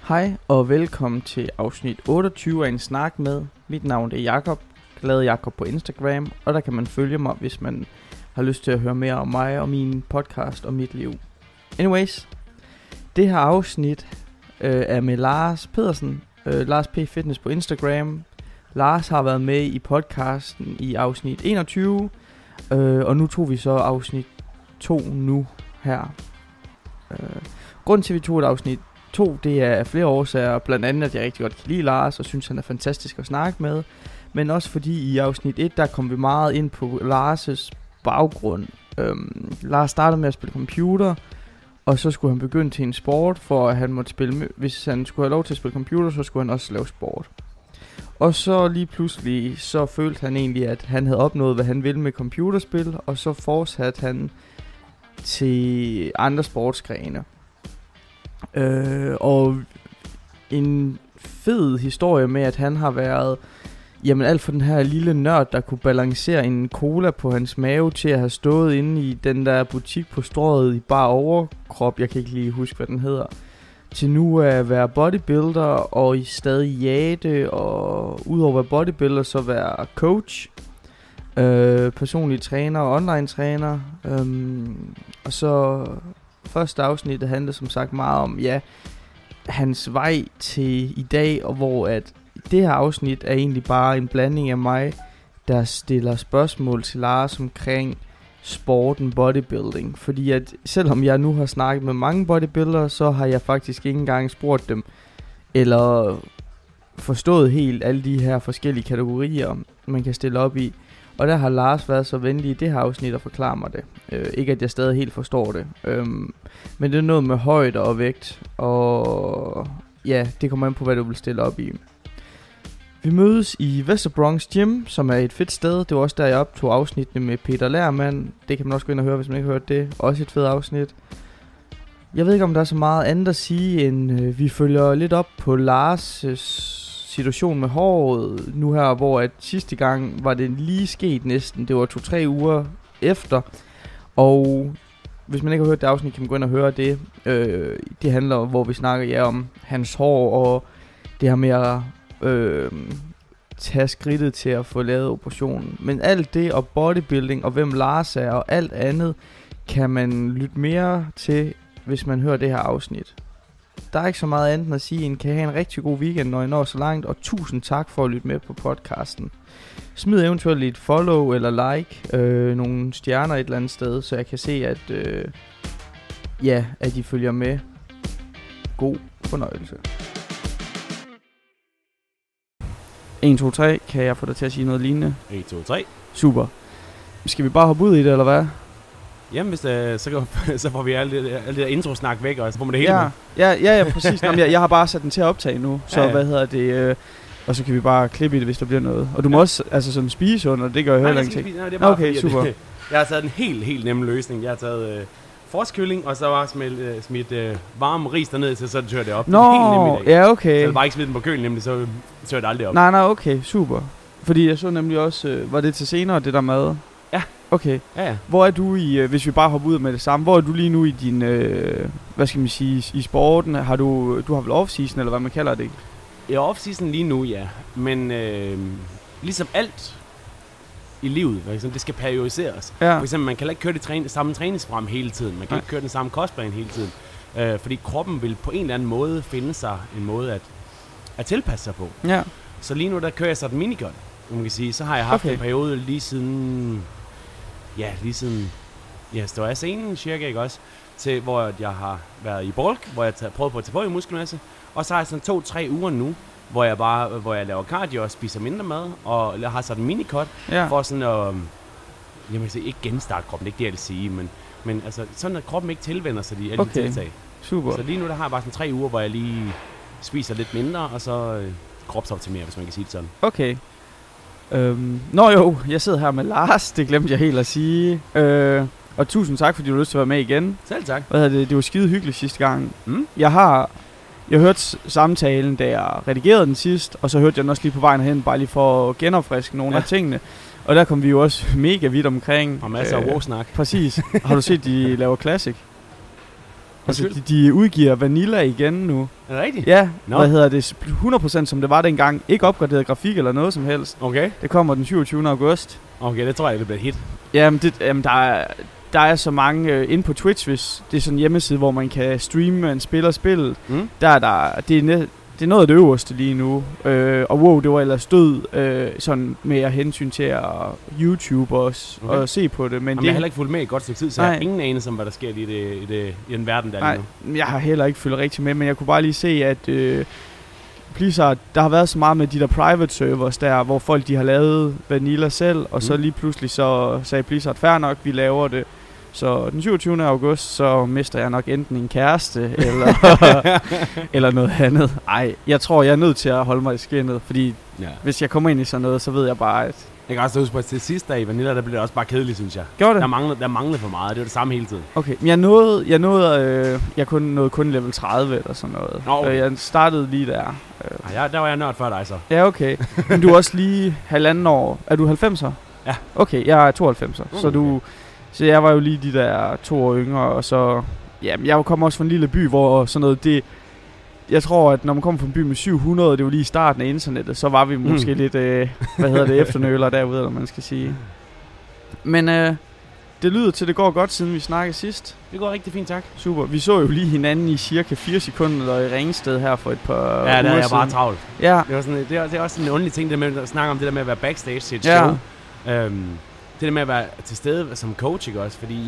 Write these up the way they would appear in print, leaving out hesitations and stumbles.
Hej og velkommen til afsnit 28 af En Snak Med. Mit navn er Jakob, Glad Jakob på Instagram, og der kan man følge mig, hvis man har lyst til at høre mere om mig og min podcast og mit liv. Anyways, det her afsnit er med Lars Pedersen, Lars P. Fitness på Instagram. Lars har været med i podcasten i afsnit 21, og nu tog vi så afsnit 2 nu her. Grunden til, at vi tog et afsnit 2, det er flere årsager, blandt andet at jeg rigtig godt kan lide Lars og synes han er fantastisk at snakke med, men også fordi i afsnit 1 der kom vi meget ind på Lars' baggrund. Lars startede med at spille computer, og så skulle han begynde til en sport, for at han måtte spille, hvis han skulle have lov til at spille computer, så skulle han også lave sport. Og så lige pludselig så følte han egentlig, at han havde opnået hvad han ville med computerspil, og så fortsatte han til andre sportsgrene. Og en fed historie med, at han har været alt for den her lille nørd, der kunne balancere en cola på hans mave, til at have stået inde i den der butik på Strøget i bar overkrop, jeg kan ikke lige huske hvad den hedder, til nu at være bodybuilder og i stadig jage, og udover at være bodybuilder så være coach, personlig træner og online træner, og så første afsnit handler som sagt meget om hans vej til i dag, og hvor at det her afsnit er egentlig bare en blanding af mig, der stiller spørgsmål til Lars omkring sporten bodybuilding. Fordi at selvom jeg nu har snakket med mange bodybuildere, så har jeg faktisk ikke engang spurgt dem, eller forstået helt alle de her forskellige kategorier, man kan stille op i. Og der har Lars været så venlig i det her afsnit at forklare mig det. Ikke at jeg stadig helt forstår det. Men det er noget med højde og vægt. Og ja, det kommer an på, hvad du vil stille op i. Vi mødes i Vesterbronx Gym, som er et fedt sted. Det var også der, jeg optog afsnittene med Peter Lærmand. Det kan man også gå ind og høre, hvis man ikke har hørt det. Også et fedt afsnit. Jeg ved ikke, om der er så meget andet at sige, end vi følger lidt op på Lars' situation med håret nu her, hvor at sidste gang var det lige sket næsten. Det var 2-3 uger efter. Og hvis man ikke har hørt det afsnit, kan man gå ind og høre det. Det handler, hvor vi snakker om hans hår og det her med at tage skridtet til at få lavet operationen. Men alt det og bodybuilding og hvem Lars er og alt andet kan man lytte mere til, hvis man hører det her afsnit. Der er ikke så meget andet at sige, end kan have en rigtig god weekend, når I når så langt, og tusind tak for at lytte med på podcasten. Smid eventuelt et follow eller like, nogle stjerner et eller andet sted, så jeg kan se, at I følger med. God fornøjelse. 1, 2, 3, kan jeg få dig til at sige noget lignende? 1, 2, 3. Super. Skal vi bare hoppe ud i det, eller hvad? Jamen, så får vi alt det der intro-snak væk, og så får man det hele med. Ja, præcis. Nå, jeg har bare sat den til at optage nu, så og så kan vi bare klippe i det, hvis der bliver noget. Og du må også sådan spise under, det gør jeg heller ikke. Nej, det er bare okay, super. Jeg har taget en helt nem løsning. Jeg har taget forstkylling, og så bare smidt varme ris derned, så tør det op. Nå, helt nemt ja, okay. Så jeg bare ikke smidt den på kølen, nemlig, så tør det aldrig op. Nej, okay, super. Fordi jeg så nemlig også, var det til senere, det der mad? Ja. Okay. Ja. Hvor er du i, hvis vi bare hopper ud med det samme, hvor er du lige nu i din, hvad skal man sige, i sporten? Har du har vel off-season, eller hvad man kalder det? Jeg er off-season lige nu, ja. Men ligesom alt i livet, det skal periodiseres. Ja. For eksempel, man kan ikke køre det samme træningsprogram hele tiden. Man kan ikke køre den samme kostplan hele tiden. Fordi kroppen vil på en eller anden måde finde sig en måde at tilpasse sig på. Ja. Så lige nu, der kører jeg så et minigun, man kan sige. Så har jeg haft en periode lige siden stod jeg scenen cirka, ikke også? Til, hvor jeg har været i bulk, hvor jeg har prøvet på at tage på i muskelmasse. Og så har jeg sådan 2-3 uger nu, hvor jeg laver cardio og spiser mindre mad, og jeg har sådan en minicut, for sådan at, ikke genstarte kroppen, det er ikke det, jeg vil sige, men altså sådan, at kroppen ikke tilvender sig de alle de tiltag. Super. Så lige nu, der har jeg bare sådan 3 uger, hvor jeg lige spiser lidt mindre, og så kropsoptimerer, hvis man kan sige det sådan. Okay. Jeg sidder her med Lars, det glemte jeg helt at sige. Og tusind tak, fordi du har lyst til at være med igen. Selv tak. Det var skide hyggeligt sidste gang. Jeg hørte samtalen, da jeg redigerede den sidst, og så hørte jeg den også lige på vejen hen, bare lige for at genopfriske nogle af tingene. Og der kom vi jo også mega vidt omkring. Og masser af wow-snak. Præcis. Har du set, de laver Classic? Altså, de udgiver Vanilla igen nu. Er det rigtigt? Ja, hvad hedder det? 100% som det var dengang. Ikke opgraderet grafik eller noget som helst. Okay. Det kommer den 27. august. Okay, det tror jeg, det bliver et hit. Jamen der er så mange inde på Twitch, hvis det er sådan en hjemmeside, hvor man kan streame en spiller spillet. Det er noget af det øverste lige nu. Og WoW, det var ellers død sådan mere hensyn til at YouTube også og se på det. Men jeg har heller ikke fulgt med i et godt stykke tid, så jeg har ingen anelse om, hvad der sker i den verden der lige nu. Jeg har heller ikke fulgt rigtig med, men jeg kunne bare lige se, at Blizzard, der har været så meget med de der private servers der, hvor folk de har lavet Vanilla selv, og så lige pludselig så sagde Blizzard, fair nok, vi laver det. Så den 27. august, så mister jeg nok enten en kæreste, eller noget andet. Ej, jeg tror, jeg er nødt til at holde mig i skinnet, fordi hvis jeg kommer ind i sådan noget, så ved jeg bare, at... Jeg kan også huske på, at til sidste dag i Vanilla, der blev det også bare kedeligt, synes jeg. Gjorde det? Der manglede for meget, det var det samme hele tiden. Okay, men jeg nåede kun level 30 eller sådan noget. Okay. Jeg startede lige der. Der var jeg nørd før dig så. Ja, okay. Men du er også lige 1,5 år. Er du 90'er? Ja. Okay, jeg er 92'er, Så jeg var jo lige de der 2 år yngre, og så... Jamen, jeg kom også fra en lille by, hvor sådan noget, det... Jeg tror, at når man kommer fra en by med 700, det var lige i starten af internettet, så var vi måske lidt, efternøler derude, eller man skal sige. Men det lyder til, det går godt, siden vi snakkede sidst. Det går rigtig fint, tak. Super. Vi så jo lige hinanden i cirka 4 sekunder i Ringsted her for et par uger siden. Ja, der er jeg bare travlt. Ja. Det er også en underlig ting, det med at snakke om det der med at være backstage til et show. Det der med at være til stede som coach, ikke også? Fordi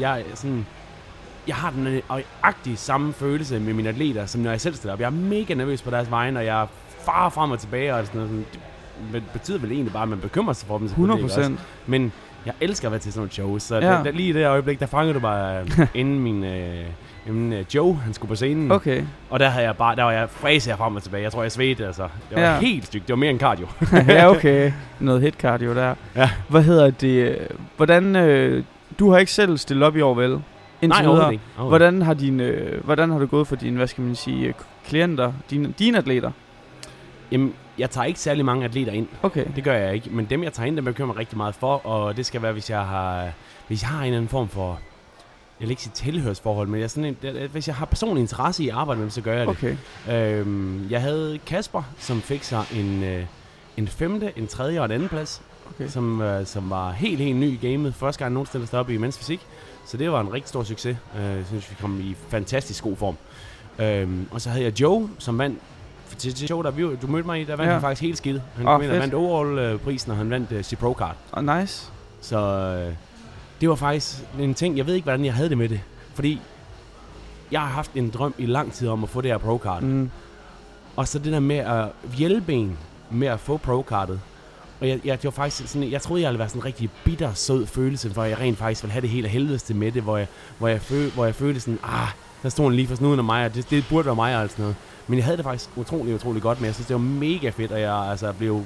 jeg har den nøjagtige samme følelse med mine atleter, som når jeg selv stiller op. Jeg er mega nervøs på deres vegne, og jeg farer frem og tilbage, og sådan noget. Det betyder vel egentlig bare, at man bekymrer sig for dem. 100%. Men jeg elsker at være til sådan nogle shows, så lige i det øjeblik, der fangede du bare inden Joe, han skulle på scenen. Okay. Og der var jeg fræser frem og tilbage. Jeg tror, jeg svedte, altså. Det var helt stygt. Det var mere end cardio. Ja, okay. Noget hit cardio der. Ja. Hvad hedder det? Hvordan... du har ikke selv stillet op i år, vel? Nej, overhovedet ikke. Hvordan har det gået for dine, hvad skal man sige, klienter, dine atleter? Jamen, jeg tager ikke særlig mange atleter ind. Okay. Det gør jeg ikke. Men dem, jeg tager ind, dem bekymrer mig rigtig meget for. Og det skal være, hvis jeg har en eller anden form for... Jeg vil ikke sige tilhørsforhold, men hvis jeg har personlig interesse i at arbejde med dem, så gør jeg det. Okay. Jeg havde Kasper, som fik sig en 5., en 3. og en 2. plads. Okay. Som var helt ny i gamet. Første gang nogen stillede sig op i Men's Fysik. Så det var en rigtig stor succes. Jeg synes, vi kom i fantastisk god form. Og så havde jeg Joe, som vandt til show, der du mødte mig i, der vandt han faktisk helt skidt. Han vandt overall-prisen, og han vandt C-Pro-card. Nice. Så det var faktisk en ting, jeg ved ikke, hvordan jeg havde det med det. Fordi jeg har haft en drøm i lang tid om at få det her Pro-card. Og så det der med at hjælpe en med at få Pro-cardet. Og det var faktisk sådan, jeg troede, jeg ville være sådan en rigtig bitter, sød følelse, hvor jeg rent faktisk ville have det helt af helvede med det, hvor jeg følte sådan, der stod han lige for snuden af mig, og det burde være mig og alt sådan noget. Men jeg havde det faktisk utrolig godt med. Jeg synes, det var mega fedt, og jeg blev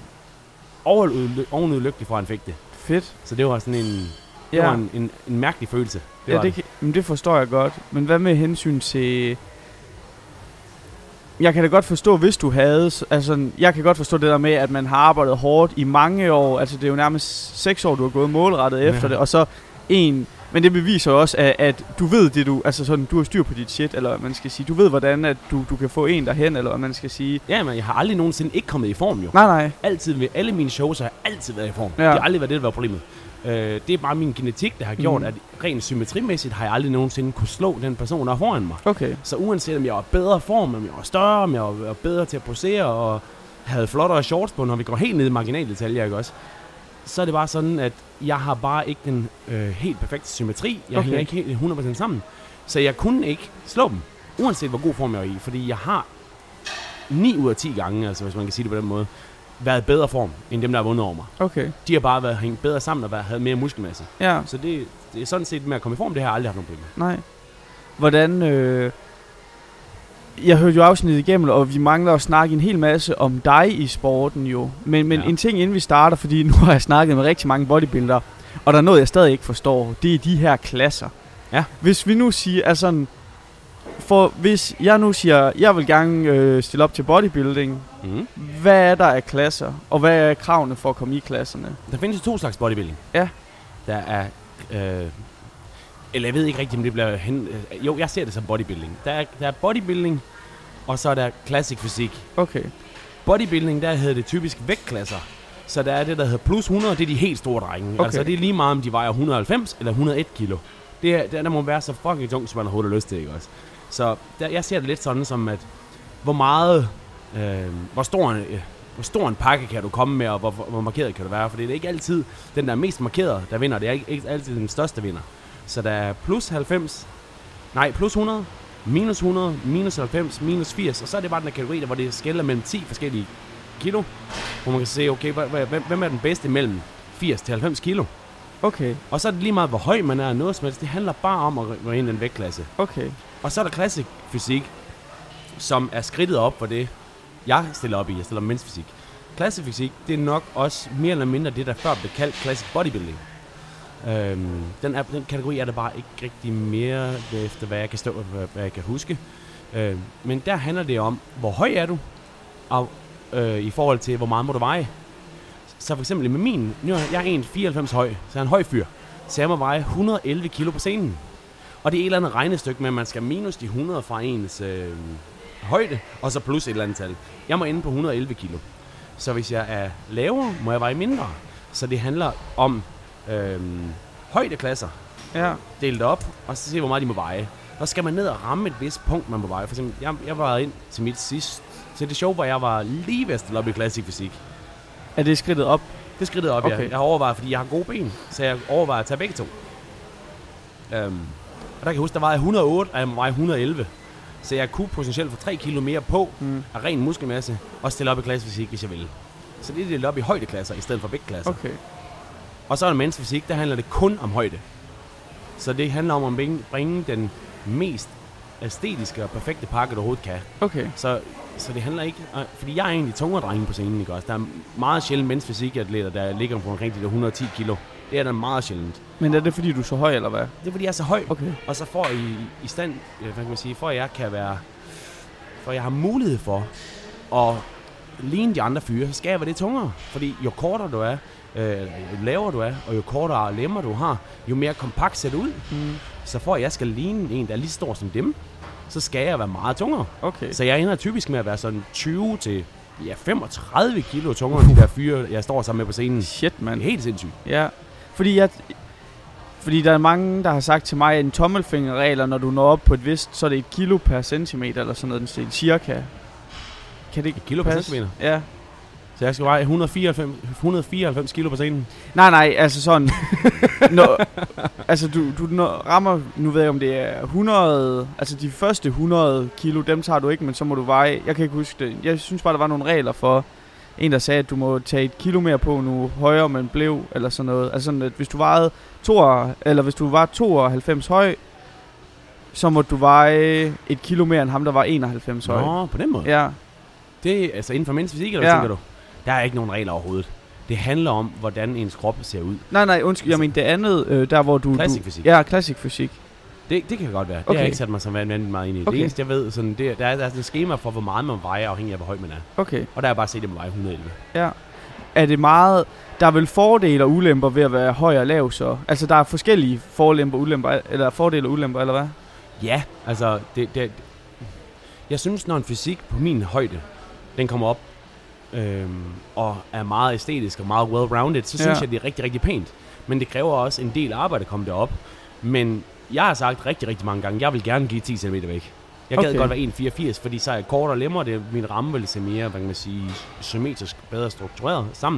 ovenud lykkelig for, at han fik det. Fedt. Så det var sådan en mærkelig følelse. Det forstår jeg godt. Men hvad med hensyn til... Jeg kan da godt forstå, hvis du havde... Altså, jeg kan godt forstå det der med, at man har arbejdet hårdt i mange år. Altså, det er jo nærmest 6 år, du har gået målrettet efter det. Og så Men det beviser også, at du ved det, du har styr på dit shit, eller hvad man skal sige. Du ved, hvordan at du kan få en derhen, eller hvad man skal sige. Ja, men jeg har aldrig nogensinde ikke kommet i form, jo. Nej. Altid ved alle mine shows har jeg altid været i form. Ja. Det har aldrig været det, der var problemet. Det er bare min genetik, der har gjort, at rent symmetrimæssigt har jeg aldrig nogensinde kunne slå den person, der er foran mig. Okay. Så uanset om jeg var bedre form, om jeg var større, om jeg var bedre til at posere, og havde flottere shorts på, når vi går helt ned i marginaldetaljer, ikke også? Så er det bare sådan, at jeg har bare ikke den helt perfekte symmetri. Jeg hænger ikke helt 100% sammen. Så jeg kunne ikke slå dem, uanset hvor god form jeg var i. Fordi jeg har 9 ud af 10 gange, altså hvis man kan sige det på den måde, været bedre form, end dem, der har vundet over mig. Okay. De har bare været hængt bedre sammen og havde mere muskelmasse. Ja. Så det er sådan set med at komme i form, det har jeg aldrig haft nogen problemer. Nej. Hvordan... Jeg hørte jo afsnittet igennem, og vi mangler at snakke en hel masse om dig i sporten jo. Men en ting, inden vi starter, fordi nu har jeg snakket med rigtig mange bodybuildere, og der er noget, jeg stadig ikke forstår, det er de her klasser. Ja. Hvis vi nu siger, altså... hvis jeg nu siger, jeg vil gerne stille op til bodybuilding, hvad er der af klasser, og hvad er kravene for at komme i klasserne? Der findes 2 slags bodybuilding. Ja. Der er Eller jeg ved ikke rigtigt, om det bliver jo, jeg ser det som bodybuilding. Der er bodybuilding, og så er der classic fysik. Okay. Bodybuilding, der hedder det typisk vægtklasser. Så der er det, der hedder plus 100, det er de helt store drenge. Okay. Altså det er lige meget, om de vejer 190 eller 101 kilo. Der må være så fucking tungt, som man overhovedet har lyst til, ikke også? Så jeg ser det lidt sådan som, at hvor stor en pakke kan du komme med, og hvor markeret kan du være. For det er ikke altid den, der er mest markeret, der vinder. Det er ikke altid den største, vinder. Så der er plus 100, minus 100, minus 90, minus 80. Og så er det bare den her kategori, der, hvor det skælder mellem 10 forskellige kilo. Hvor man kan se, okay, hvem er den bedste mellem 80 til 90 kilo? Okay. Og så er det lige meget, hvor høj man er, noget som helst. Det handler bare om at gå ind i den vægtklasse. Okay. Og så er der classic fysik, som er skridtet op for det, jeg stiller op i. Jeg stiller op mensfysik. Classic fysik, det er nok også mere eller mindre det, der før blev kaldt classic bodybuilding. Den kategori er der bare ikke rigtig mere, efter hvad jeg kan huske. Men der handler det om, hvor høj er du, og i forhold til, hvor meget må du veje. Så for eksempel med min, jeg er 1,94 høj, så jeg er en høj fyr. Så jeg må veje 111 kilo på scenen. Og det er et eller andet regnestykke med, at man skal minus de 100 fra ens højde, og så plus et eller andet tal. Jeg må ende på 111 kilo. Så hvis jeg er lavere, må jeg veje mindre. Så det handler om højdeklasser. Ja. Delt op, og så se, hvor meget de må veje. Og skal man ned og ramme et vist punkt, man må veje. For eksempel, jeg var ind til mit sidste, til det show, hvor jeg var lige ved at stille op i classic fysik. Er det skridtet op? Det er skridtet op, okay. Ja. Jeg har overvejet, fordi jeg har gode ben, så jeg overvejer at tage begge to. Og der kan jeg huske, der var jeg 108, og jeg må veje 111. Så jeg kunne potentielt få 3 kilo mere på af ren muskelmasse, og stille op i classic fysik, hvis jeg ville. Så det er delt op i højdeklasser, i stedet for vægtklasser. Okay. Og så er der mensfysik, der handler det kun om højde. Så det handler om at bringe den mest æstetiske og perfekte pakke, du overhovedet kan. Okay. Så det handler ikke... Fordi jeg er egentlig tungere drengen på scenen, ikke også? Der er meget sjældent mensfysikatleter, der ligger på omkring de der 110 kilo. Det er da meget sjældent. Men er det fordi, du er så høj, eller hvad? Det er fordi, jeg er så høj. Okay. Og så får i stand... Hvad kan man sige? For jeg har mulighed for at ligne de andre fyre, så skal jeg være det tungere. Fordi jo kortere du er, jo lavere du er, og jo kortere lemmer du har, jo mere kompakt ser det ud. Så for at jeg skal ligne en, der er lige stor som dem, så skal jeg være meget tungere. Okay. Så jeg ender typisk med at være sådan 20 til 35 kilo tungere end de der fyre, jeg står sammen med på scenen. Shit, mand. Det er helt sindssygt. Ja, fordi der er mange, der har sagt til mig, at en tommelfingerregel, når du når op på et vist, så er det 1 kilo per centimeter, eller sådan noget, den stil, cirka. Kan det ikke 1 kilo per centimeter? Ja. Så jeg skal veje 194 kilo på scenen? Nej, altså sådan... altså du rammer, nu ved jeg om det er 100... Altså de første 100 kilo, dem tager du ikke, men så må du veje... Jeg kan ikke huske det. Jeg synes bare, der var nogle regler for... En, der sagde, at du må tage 1 kilo mere på nu, højere man blev, eller sådan noget. Altså sådan, at hvis du var 92 høj, så må du veje 1 kilo mere end ham, der var 91 høj. Nå, på den måde? Ja. Det er altså inden for mensfysik, eller tænker du? Der er ikke nogen regler overhovedet. Det handler om, hvordan ens krop ser ud. Nej, undskyld. Jeg mener det andet, der hvor du... Classic fysik. Ja, classic fysik. Det kan godt være. Okay. Det har jeg ikke sat mig så vanvittigt meget ind i. Okay. Det eneste, jeg ved, sådan, der er et skema for, hvor meget man vejer, afhængig af, hvor høj man er. Okay. Og der er bare set, at man vejer 111. Ja. Er det meget... Der er vel fordele og ulemper ved at være høj og lav, så... Altså, der er forskellige fordele og ulemper, eller hvad? Ja, altså... Jeg synes, når en fysik på min højde, den kommer op, og er meget æstetisk og meget well-rounded, så synes jeg, det er rigtig, rigtig pænt. Men det kræver også en del arbejde at komme derop. Men jeg har sagt rigtig, rigtig mange gange, jeg vil gerne give 10 cm væk. Jeg gad godt være 1,84, fordi så er jeg kort og lemmer, det min ramme vil se mere, hvad kan man sige, symmetrisk bedre struktureret sammen.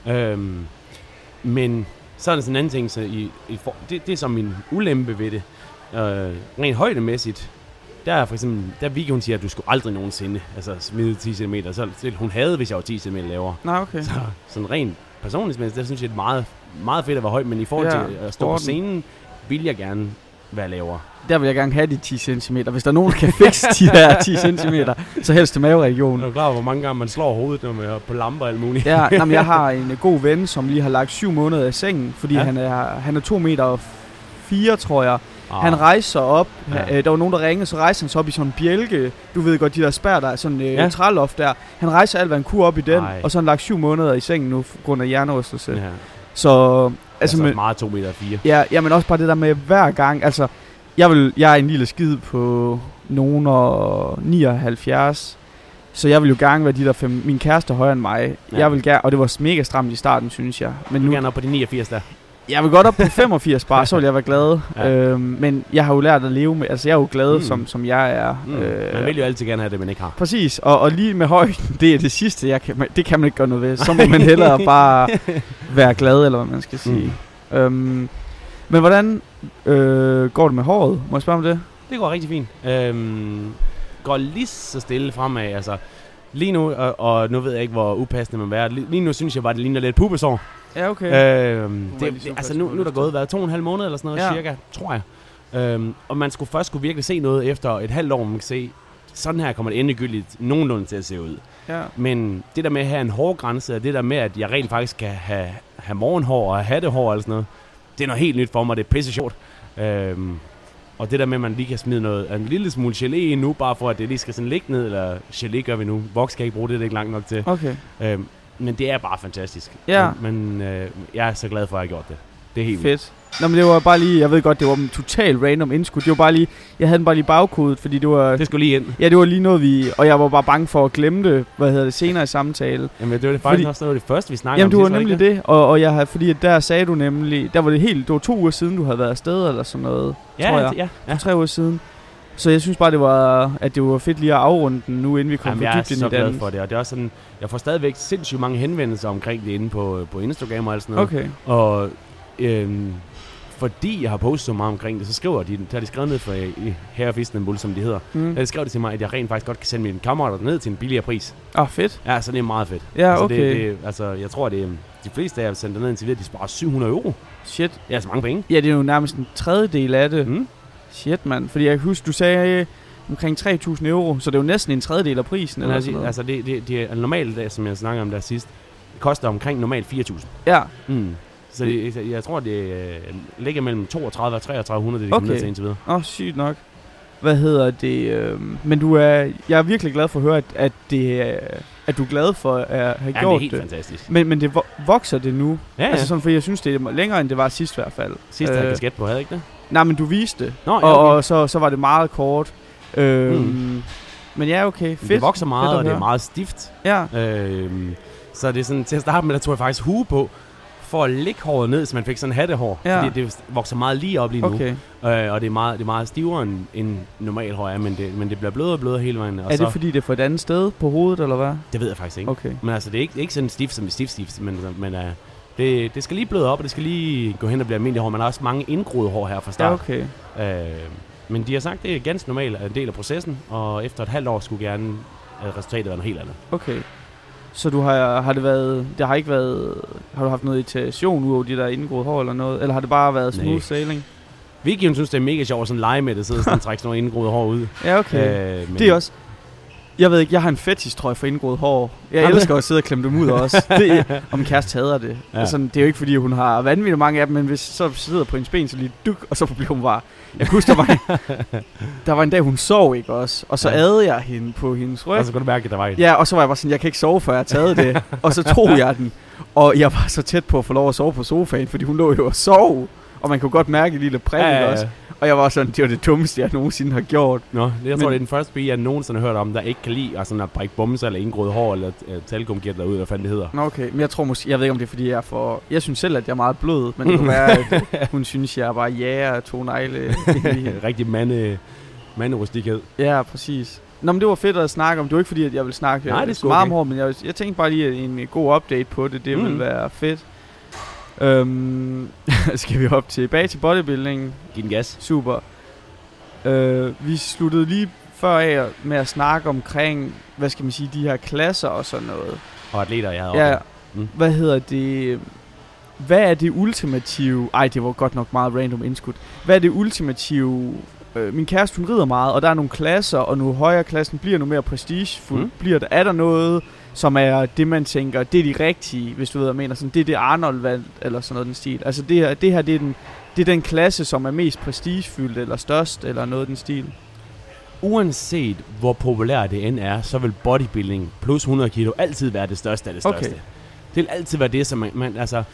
Men så er der sådan en anden ting, så det er som min ulempe ved det. Rent højdemæssigt, der for eksempel, der Vicky, hun siger, at du skulle aldrig nogensinde smide 10 cm. Så hun havde, hvis jeg var 10 cm lavere. Nej, okay. Så sådan rent personligt, der synes jeg, det er meget, meget fedt at være høj, men i forhold til at stå på scenen, vil jeg gerne være lavere. Der vil jeg gerne have de 10 cm. Hvis der er nogen, der kan fikse de der 10 cm, så helst til maveregionen. Er du klar, hvor mange gange man slår hovedet, når man er på lamper og alt muligt? Ja, jeg har en god ven, som lige har lagt 7 måneder i sengen, fordi han er 2 meter og 4, tror jeg. Han rejser op. Der var nogen, der ringede, så rejser han sig op i sådan en bjælke. Du ved godt, de der spær, der er sådan en træloft der. Han rejser alt, hvad han kunne op i den, og så har han lagt 7 måneder i sengen nu, på grund af hjernerystelse. Ja. Så Altså meget 2,4 meter. Ja, men også bare det der med hver gang. Altså, jeg er en lille skid på nogen og 79. Så jeg vil jo gerne være de der 5. Min kæreste er højere end mig. Ja. Jeg vil gerne, og det var mega stramt i starten, synes jeg. Men nu gerne op på de 89 der. Jeg vil godt op på 85 bare, så vil jeg være glad. Ja. Men jeg har jo lært at leve med, altså jeg er jo glad, som jeg er. Man vil jo altid gerne have det, man ikke har. Præcis, og lige med højden, det er det sidste, det kan man ikke gøre noget ved. Så må man hellere bare være glad, eller hvad man skal sige. Men hvordan går det med håret? Må jeg spørge om det? Det går rigtig fint. Går lige så stille fremad, altså lige nu, og nu ved jeg ikke, hvor upassende man er. Lige nu synes jeg bare, det ligner lidt pubesår. Ja, okay. Altså nu er der gået 2,5 måneder eller sådan noget, cirka, tror jeg. Og man skulle virkelig se noget efter et halvt år, man kan se, sådan her kommer det endegyldigt nogenlunde til at se ud. Ja. Men det der med at have en hårgrænse, og det der med, at jeg rent faktisk kan have morgenhår og hattehår eller sådan noget, det er noget helt nyt for mig, det er pisse sjovt. Og det der med, at man lige kan smide en lille smule gelé i nu, bare for at det lige skal sådan ligge ned, eller gelé gør vi nu. Voks kan ikke bruge det, det er ikke langt nok til. Okay. Men det er bare fantastisk. Ja. Men jeg er så glad for, at jeg har gjort det. Det er helt fedt. Nå, men det var bare lige, jeg ved godt, det var en total random indskud. Det var bare lige, jeg havde den bare lige bagkodet, fordi det var... Det skulle lige ind. Ja, det var lige noget, og jeg var bare bange for at glemme det, senere i samtale. Jamen, det var det faktisk også det første, vi snakkede om. Jamen, det var nemlig det, og jeg havde, fordi der sagde du nemlig, der var det var 2 uger siden, du havde været afsted, eller sådan noget, tror jeg. Ja. 2-3 uger siden. Så jeg synes bare, at det var fedt lige at afrunde den nu, inden vi kom for dybt ind i den. Jeg er så glad for det, og det er også sådan, jeg får stadigvæk sindssygt mange henvendelser omkring det inde på Instagram og alt sådan noget. Okay. Og fordi jeg har postet så meget omkring det, så skriver de, der har de skrevet ned for Hair of Istanbul, som de hedder. Der skrev de til mig, at jeg rent faktisk godt kan sende mine kammerater ned til en billigere pris. Fedt. Ja, så det er meget fedt. Ja, altså, okay. Jeg tror, det er de fleste af jer, der sender ned indtil videre, de sparer 700 euro. Shit. Det er altså mange penge. Ja, det er jo nærmest en tredjedel af det. Shit, mand. Fordi jeg kan huske, du sagde omkring 3.000 euro, så det er jo næsten en tredjedel af prisen. Eller sådan noget. Altså, det er normalt, som jeg snakker om der sidst, det koster omkring normalt 4.000. Ja. Så jeg tror, det ligger mellem 32 og 3300, det kommer ned til indtil videre. Sygt nok. Hvad hedder det? Men jeg er virkelig glad for at høre, at du er glad for at have gjort det. Det er helt fantastisk. Men det vokser det nu? Ja. Altså sådan, for jeg synes, det er længere, end det var sidst i hvert fald. Sidst havde jeg kasket på, havde ikke det? Nej, men du viste det. Nå, ja, okay. Og så var det meget kort. Men ja, okay. Fedt. Det vokser meget, og det er meget stift. Ja. Så det er sådan, til at starte med, der tog jeg faktisk hue på, for at lægge håret ned, så man fik sådan hattehår. Ja. Fordi det vokser meget lige op lige nu. Okay. Og det er meget stivere end normal hår er, men det bliver blødere og blødere hele vejen. Og er det fordi, det er for et andet sted på hovedet, eller hvad? Det ved jeg faktisk ikke. Okay. Men altså, det er ikke sådan stift som stift, men det skal lige bløde op, og det skal lige gå hen og blive almindeligt hår. Man har også mange indgroede hår her fra start. Ja, okay. Men de har sagt, det er ganske normalt en del af processen, og efter et halvt år skulle gerne resultatet være noget helt andet. Okay. Så du har du haft noget irritation ud over de der indgroede hår eller noget? Eller har det bare været smooth sailing? Vicky, synes, det er mega sjovt at sådan lege med det, sidde og trække sådan nogle indgroede hår ud. Ja, okay. Det er også... Jeg ved ikke, jeg har en fetish, tror jeg, for indgroede hår. Jeg elsker at sidde og klemme dem ud også. Og min kæreste hader det. Ja. Altså, det er jo ikke, fordi hun har vanvittigt mange af dem, men hvis så sidder på hendes ben, så lige duk, og så bliver hun bare... Jeg husker, der var en dag, hun sov, ikke også? Og så adede jeg hende på hendes ryg. Og så kunne du mærke, at der var et. Ja, og så var jeg bare sådan, jeg kan ikke sove, før jeg har taget det. Og så tog jeg den. Og jeg var så tæt på at få lov at sove på sofaen, fordi hun lå jo og sov. Og man kunne godt mærke et lille prik, også. Og jeg var sådan, det var det dummeste, jeg nogensinde har gjort. Nå, jeg tror, det er den første pige, jeg nogensinde har hørt om, der ikke kan lide at, sådan at brække bumser eller indgroet hår, eller talkumgæt derude, hvad fanden det hedder. Nå, okay, men jeg tror måske, jeg ved ikke, om det er, fordi jeg er for... Jeg synes selv, at jeg er meget blød, men det kan være, at hun synes, jeg er bare jæger, to negle. Rigtig manderustikhed. Ja, præcis. Nå, men det var fedt at snakke om. Det var ikke fordi, at jeg vil snakke så meget om hår, men jeg tænkte bare lige, at en god update på det, det vil være fedt. Skal vi op tilbage til bodybuilding? Giv den gas. Super. Vi sluttede lige før af med at snakke omkring, hvad skal man sige, de her klasser og sådan noget. Og atleter, jeg havde ja. Hvad hedder det? Hvad er det ultimative? Ej, det var godt nok meget random indskud. Hvad er det ultimative? Min kæreste, hun rider meget, og der er nogle klasser, og nu højere klassen bliver nu mere prestigefuld. Er der noget, som er det, man tænker, det er de rigtige, hvis du ved, hvad jeg mener, sådan, det er det Arnold valgt, eller sådan noget den stil. Altså det her det er den klasse, som er mest prestigefyldt, eller størst, eller noget den stil. Uanset hvor populær det end er, så vil bodybuilding plus 100 kilo altid være det største af det største. Okay. Det vil altid være det, som man altså...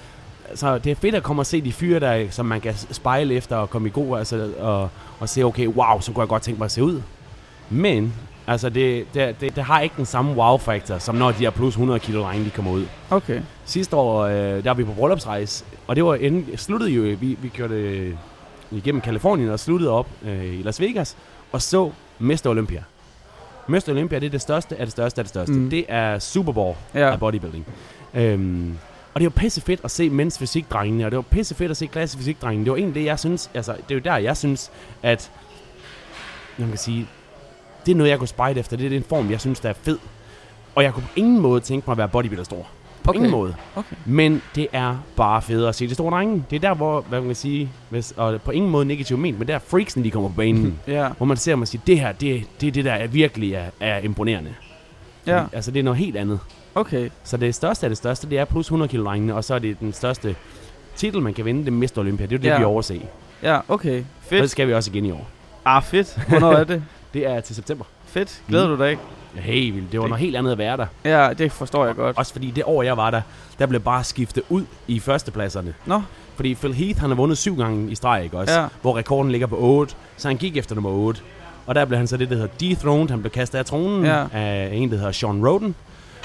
så det er fedt at komme og se de fyre, der, som man kan spejle efter og komme i god, altså, og se, okay, wow, så kunne jeg godt tænke mig at se ud. Men, altså, det har ikke den samme wow-faktor, som når de her plus 100 kilo drenge, de kommer ud. Okay. Sidste år, der var vi på bryllupsrejse, og det var sluttede jo, vi kørte igennem Californien og sluttede op i Las Vegas, og så Mr. Olympia. Mr. Olympia, det er det største af det største af det største. Det er Super Bowl af bodybuilding. Og det er jo pisse fedt at se mænds fysikdrengene, og det var pisse fedt at se klasse fysikdrengene. Det var egentlig det, jeg synes, altså det er jo der, jeg synes, at man kan sige, det er noget, jeg kunne spejde efter. Det er en form, jeg synes, der er fed. Og jeg kunne på ingen måde tænke mig at være bodybuilder stor. På ingen måde. Okay. Men det er bare federe at se de store drenge. Det er der, hvor, hvad man kan sige, og på ingen måde negativt ment, men der er freaksen, de kommer på banen. Hvor man ser dem og siger, det her, det er det, der er virkelig er imponerende. Ja. Altså, det er noget helt andet. Okay. Så det største af det største, det er plus 100 kilo drengene, og så er det den største titel, man kan vinde, det er Mr. Olympia. Det er jo det, vi overser. Ja, okay. Fedt. Og det skal vi også igen i år. Fedt. Hvornår er det? Det er til september. Fedt. Glæder du dig ikke? Ja, helt vildt. Det var noget helt andet at være der. Ja, det forstår jeg godt. Også fordi det år, jeg var der blev bare skiftet ud i førstepladserne. Nå. Fordi Phil Heath, han har vundet 7 gange i streg, ikke også? Ja. Hvor rekorden ligger på 8. Så han gik efter nummer 8. Og der blev han så det, der hedder dethroned. Han blev kastet af tronen af en, der hedder Sean Roden.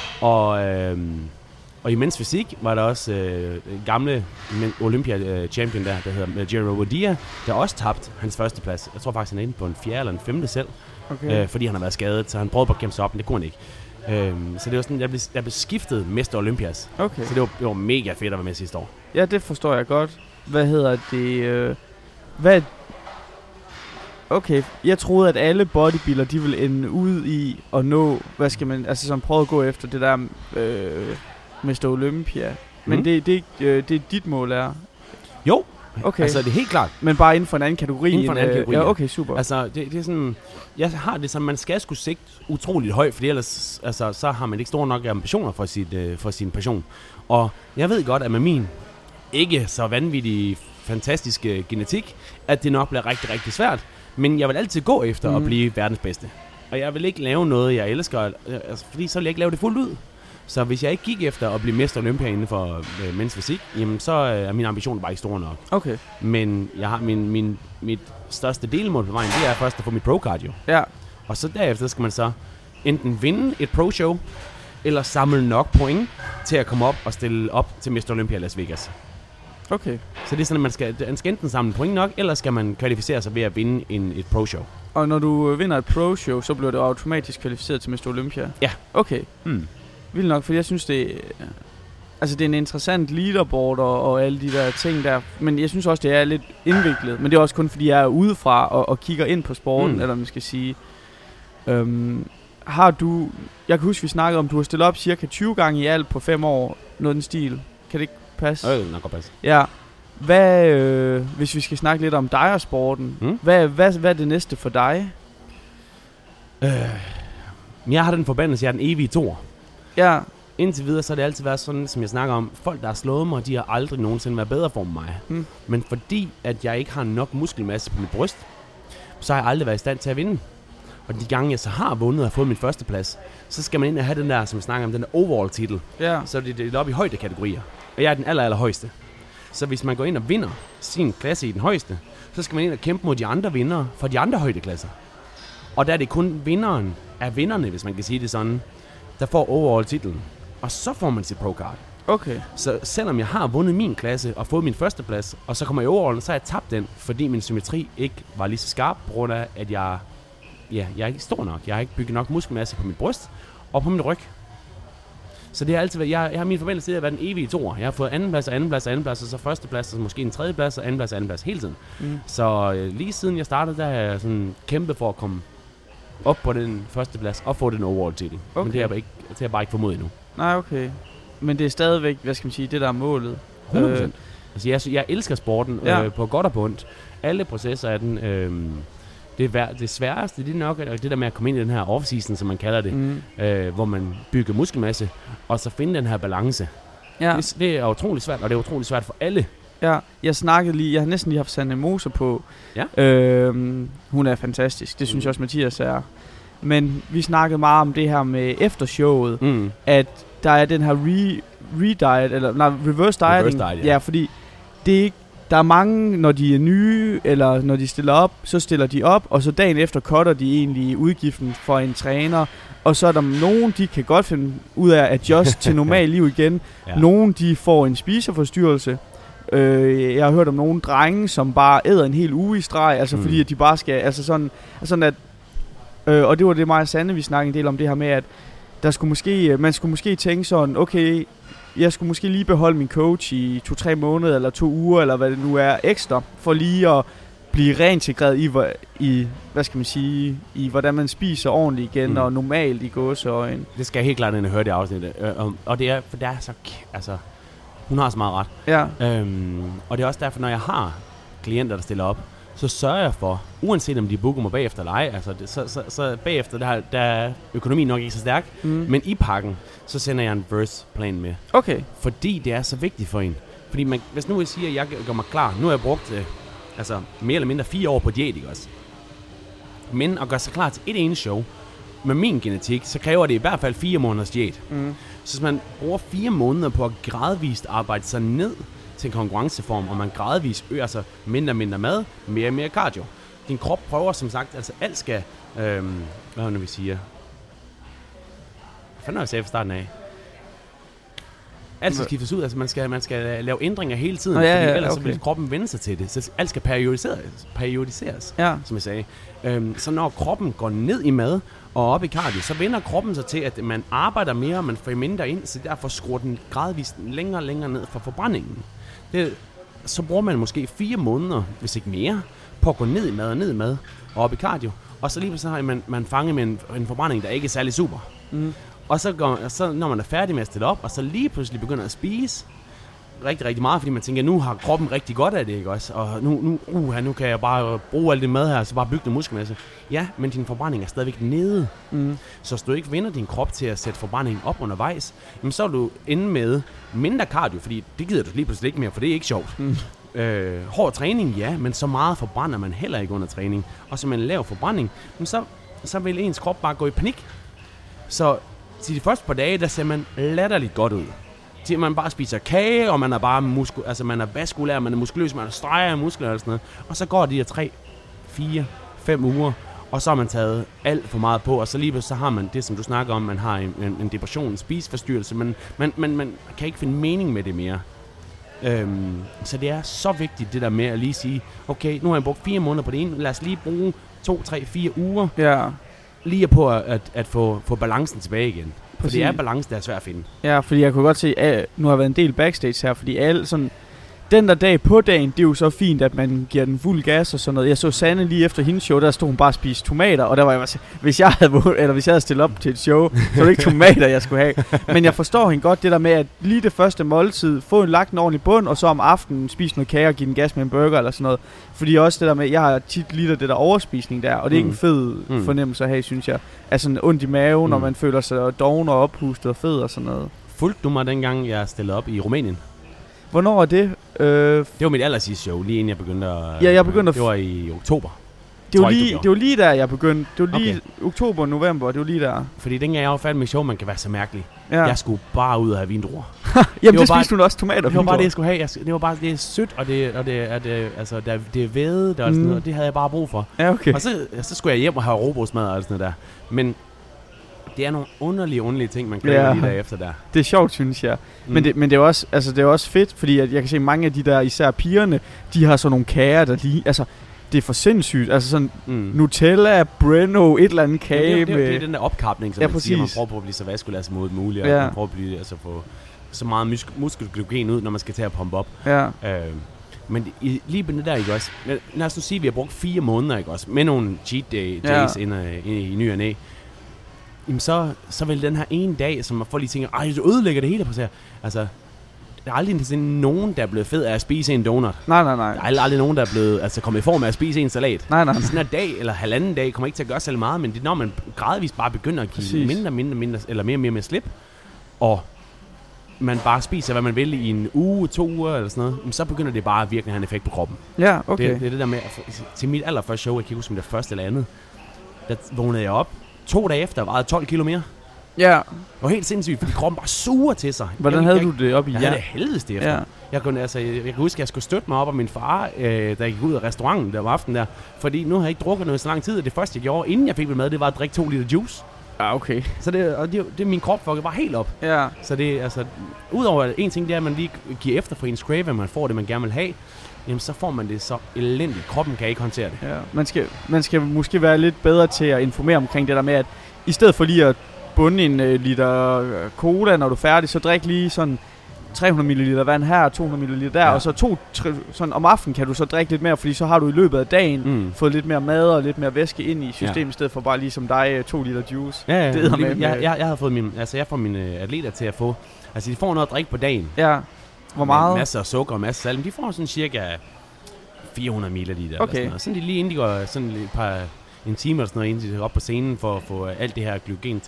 Og i mænds fysik var der også gamle Olympia-champion der hedder Jerry Wadia, der også tabte hans førsteplads. Jeg tror faktisk, han er inde på en 4. eller en 5. selv. Okay. Fordi han har været skadet, så han prøvede på at kæmpe sig op, men det kunne han ikke. Så det var sådan, jeg blev skiftet Mr. Olympias. Okay. Så det var mega fedt at være med sidste år. Ja, det forstår jeg godt. Hvad hedder det? Okay, jeg troede, at alle bodybuilder, de ville ende ud i at nå, hvad skal man, altså som prøve at gå efter det der Mr. Olympia. Men det er dit mål er? Jo. Okay. Altså, det er helt klart. Men bare inden for en anden kategori? Inden for en anden kategori, ja. Okay, super. Altså, det er sådan... Jeg har det som, man skal skulle sigte utroligt højt, fordi ellers altså, så har man ikke store nok ambitioner for sin passion. Og jeg ved godt, at med min ikke så vanvittige, fantastiske genetik, at det nok bliver rigtig, rigtig svært. Men jeg vil altid gå efter at blive verdens bedste. Og jeg vil ikke lave noget, jeg elsker, altså, fordi så vil jeg ikke lave det fuldt ud. Så hvis jeg ikke gik efter at blive Mester Olympia inden for mænds fysik, jamen så er min ambition bare ikke stor nok. Okay. Men jeg har mit største delmål på vejen, det er først at få mit pro-cardio. Ja. Og så derefter skal man så enten vinde et pro-show, eller samle nok point til at komme op og stille op til Mr. Olympia Las Vegas. Okay. Så det er sådan, at man skal enten samle point nok, eller skal man kvalificere sig ved at vinde et pro-show. Og når du vinder et pro-show, så bliver du automatisk kvalificeret til Mr. Olympia? Ja. Okay. Vildt nok, fordi jeg synes, det er en interessant leaderboard og alle de der ting der. Men jeg synes også, det er lidt indviklet. Men det er også kun, fordi jeg er udefra og kigger ind på sporten, eller man skal sige. Har du... Jeg kan huske, vi snakkede om, du har stillet op cirka 20 gange i alt på 5 år. Noget den stil. Kan det ikke passe? Det nok godt passe. Ja. Hvad, hvis vi skal snakke lidt om dig og sporten, hvad er det næste for dig? Jeg har den forbandelse, jeg er den evige toer. Ja. Indtil videre, så har det altid været sådan, som jeg snakker om. Folk, der har slået mig, de har aldrig nogensinde været bedre for mig. Men fordi, at jeg ikke har nok muskelmasse på mit bryst, så har jeg aldrig været i stand til at vinde. Og de gange, jeg så har vundet og fået min første plads, så skal man ind og have den der, som vi snakker om, den der overall-titel. Ja. Så er det op i højdekategorier. Og jeg er den allerhøjeste. Så hvis man går ind og vinder sin klasse i den højeste, så skal man ind og kæmpe mod de andre vindere for de andre højdeklasser. Og der er det kun vinderen af vinderne, hvis man kan sige det sådan, der får overall-titlen. Og så får man sit pro-card. Okay. Så selvom jeg har vundet min klasse og fået min første plads, og så kommer jeg i overall, så har jeg tabt den, fordi min symmetri ikke var lige så skarp, på grund af, at jeg er ikke stor nok. Jeg har ikke bygget nok muskelmasse på mit bryst og på min ryg. Så det har altid været, jeg har min forventning til at være den evige toer. Jeg har fået andenplads, og så førsteplads, og så måske en tredjeplads, og andenplads hele tiden. Så lige siden jeg startede, der har jeg sådan kæmpet for at komme op på den første plads og få den overall-titel. Okay. Men det har jeg bare ikke formået endnu. Nej, okay. Men det er stadigvæk, hvad skal man sige, det der er målet. 100%. Altså jeg elsker sporten på godt og på ondt. Alle processer af den. Det sværeste, det er nok det der med at komme ind i den her off-season, som man kalder det, hvor man bygger muskelmasse, og så finde den her balance. Ja. Det er utrolig svært, og det er utrolig svært for alle. Ja, jeg har næsten lige haft Sanne Moser på. Ja. Hun er fantastisk, det synes jeg også Mathias er. Men vi snakkede meget om det her med eftershowet, at der er den her rediet, eller nej, reverse dieting. Reverse diet, ja, fordi det er ikke, der er mange, når de er nye, eller når de stiller op, så stiller de op, og så dagen efter cutter de egentlig udgiften for en træner, og så er der nogen, de kan godt finde ud af at adjust til normal liv igen. Ja. Nogen, de får en spiseforstyrrelse. Jeg har hørt om nogle drenge, som bare æder en hel uge i streg, altså fordi at de bare skal, altså sådan at, og det var det mig og Sanne, vi snakkede en del om det her med, at man skulle måske tænke sådan, okay, jeg skulle måske lige beholde min coach i 2-3 måneder, eller 2 uger, eller hvad det nu er, ekstra, for lige at blive reintegreret i hvad skal man sige, i hvordan man spiser ordentligt igen, og normalt i gåseøjne. Det skal jeg helt klart ind og høre det afsnit. Og det er, for der er så, altså, hun har så meget ret. Ja. Og det er også derfor, når jeg har klienter, der stiller op, så sørger jeg for, uanset om de booker mig bagefter eller ej, altså så bagefter, der er økonomien nok ikke så stærk, men i pakken, så sender jeg en verse-plan med. Okay. Fordi det er så vigtigt for en. Fordi hvis nu jeg siger, at jeg gør mig klar, nu har jeg brugt mere eller mindre 4 år på diæt, ikke også? Men at gøre sig klar til et eneste show, med min genetik, så kræver det i hvert fald 4 måneders diæt. Så hvis man bruger 4 måneder på at gradvist arbejde sig ned til en konkurrenceform, og man gradvist øger sig mindre mad, mere og mere cardio. Din krop prøver som sagt, altså alt skal, hvad er det, vi siger? Hvad fanden har jeg sagt fra starten af? Alt skal skiftes ud, altså man skal lave ændringer hele tiden, fordi ellers så vil kroppen vende sig til det. Så alt skal periodiseres, som jeg sagde. Så når kroppen går ned i mad og op i cardio, så vender kroppen sig til, at man arbejder mere, og man får mindre ind, så derfor skruer den gradvist længere ned for forbrændingen. Så bruger man måske 4 måneder, hvis ikke mere, på at gå ned i mad og op i cardio. Og så lige så har man fanget med en forbrænding, der ikke er særlig super. Og så når man er færdig med at stille op, og så lige pludselig begynder at spise rigtig, rigtig meget, fordi man tænker, nu har kroppen rigtig godt af det, ikke også? Og nu kan jeg bare bruge alt det mad her, så bare bygge noget muskelmasse. Ja, men din forbrænding er stadigvæk nede. Så hvis du ikke vinder din krop til at sætte forbrændingen op undervejs, jamen så er du inde med mindre cardio, fordi det gider du lige pludselig ikke mere, for det er ikke sjovt. Hård træning, ja, men så meget forbrænder man heller ikke under træning. Og så med en lav forbrænding, så vil ens krop bare gå i panik. Så til de første par dage, der ser man latterligt godt ud. Til man bare spiser kage, og man er bare man er vaskulær, man er muskuløs, man streger muskler og sådan noget. Og så går de her 3, 4, 5 uger, og så har man taget alt for meget på, og så lige så har man det, som du snakker om, man har en depression, en spiseforstyrrelse, men man kan ikke finde mening med det mere. Så det er så vigtigt det der med at lige sige, okay, nu har jeg brugt 4 måneder på det ene, lad os lige bruge 2, 3, 4 uger, lige på at få balancen tilbage igen. For det er balance, der er svært at finde. Ja, fordi jeg kunne godt se, at nu har jeg været en del backstage her, fordi den der dag på dagen, det er jo så fint, at man giver den fuld gas og sådan noget. Jeg så Sanne lige efter hendes show, der stod hun bare og spiste tomater, og der var jeg, hvis jeg havde stillet op til et show, så var det ikke tomater, jeg skulle have. Men jeg forstår hende godt det der med, at lige det første måltid, få en lagt en ordentlig bund, og så om aftenen spise noget kage og give den gas med en burger eller sådan noget. Fordi også det der med, jeg har tit lidt af det der overspisning der, og det er ikke en fed fornemmelse at have, synes jeg. Altså sådan ondt i maven, når man føler sig doven og oppustet og fed og sådan noget. Fulgte du mig dengang, jeg stillede op i Rumænien? Hvornår er det? Det var mit allersidste show, lige inden jeg begyndte at... Ja, jeg begyndte det var i oktober. Det var lige der, jeg begyndte. Det var lige oktober, november, det var lige der. Fordi dengang jeg var færdig med show, man kan være så mærkelig. Ja. Jeg skulle bare ud og have vindruer. Jamen det spiste hun også tomater. Det var bare det, jeg skulle have. Det var bare, det er sødt, og det er væde, og sådan noget, det havde jeg bare brug for. Ja, okay. Og så skulle jeg hjem og have robotsmad og sådan noget der. Men det er nogle underlige ting, man kan lige derefter der. Det er sjovt, synes jeg. Men det er også, altså det er også fedt, fordi at jeg kan se mange af de der, især pigerne, de har sådan nogle kager, der lige, altså det er for sindssygt. Altså sådan Nutella, Breno, et eller andet kage med... Det er den der opkarpning, som man siger, man prøver på at blive så vaskulær som muligt, og man prøver at blive, altså få så meget muskelglykogen ud, når man skal til at pumpe op. Ja. Men lige på det der, ikke også? Lad os nu sige, at vi har brugt 4 måneder, ikke også? Med nogle cheat days i ny og næ. Jamen så vil den her ene dag, som man får lige tænker, ej, så ødelægger det hele på sig. Altså, der er aldrig nogen, der er blevet fed af at spise en donut. Nej. Der er aldrig nogen, der er blevet kommet i form af at spise en salat. Nej. Sådan en dag eller halvanden dag kommer ikke til at gøre særlig meget, men det er når man gradvist bare begynder at give mindre, eller mere slip, og man bare spiser, hvad man vil i en uge, 2 uger eller sådan noget, så begynder det bare at virkelig have en effekt på kroppen. Ja, okay. Det er det der med, til mit allerførste show, jeg kan ikke huske, om det første eller andet, der vågnede jeg op. 2 dage efter vejede 12 kilo mere. Ja. Det var helt sindssygt, fordi kroppen bare suger til sig. Hvordan havde du det op i? Jeg havde det helvedes efter. Ja. Jeg kan huske, at jeg skulle støtte mig op af min far, da jeg gik ud af restauranten der om aftenen der. Fordi nu har jeg ikke drukket noget så lang tid, og det første jeg gjorde, inden jeg fik mad, det var at drikke 2 liter juice. Ja, okay. Så det min krop fuckede bare helt op. Ja. Så det altså, udover en ting, det er, at man lige giver efter for ens crave, at man får det, man gerne vil have, jamen så får man det så elendigt. Kroppen kan ikke håndtere det. Ja. Man skal måske være lidt bedre til at informere omkring det der med, at i stedet for lige at bunde en liter cola, når du er færdig, så drik lige sådan 300 ml vand her, 200 ml der, og så sådan om aftenen kan du så drikke lidt mere, fordi så har du i løbet af dagen fået lidt mere mad og lidt mere væske ind i systemet, i stedet for bare ligesom dig 2 liter juice. Ja, det med. Jeg havde fået jeg får mine atleter til at få, altså de får noget at drikke på dagen. Ja. Hvor meget? Masser af sukker og masser af salt, de får sådan cirka 400 ml. Okay. Eller sådan noget. Sådan de lige inden de går sådan et par en time eller sådan noget, inden de går op på scenen for at få alt det her glykogen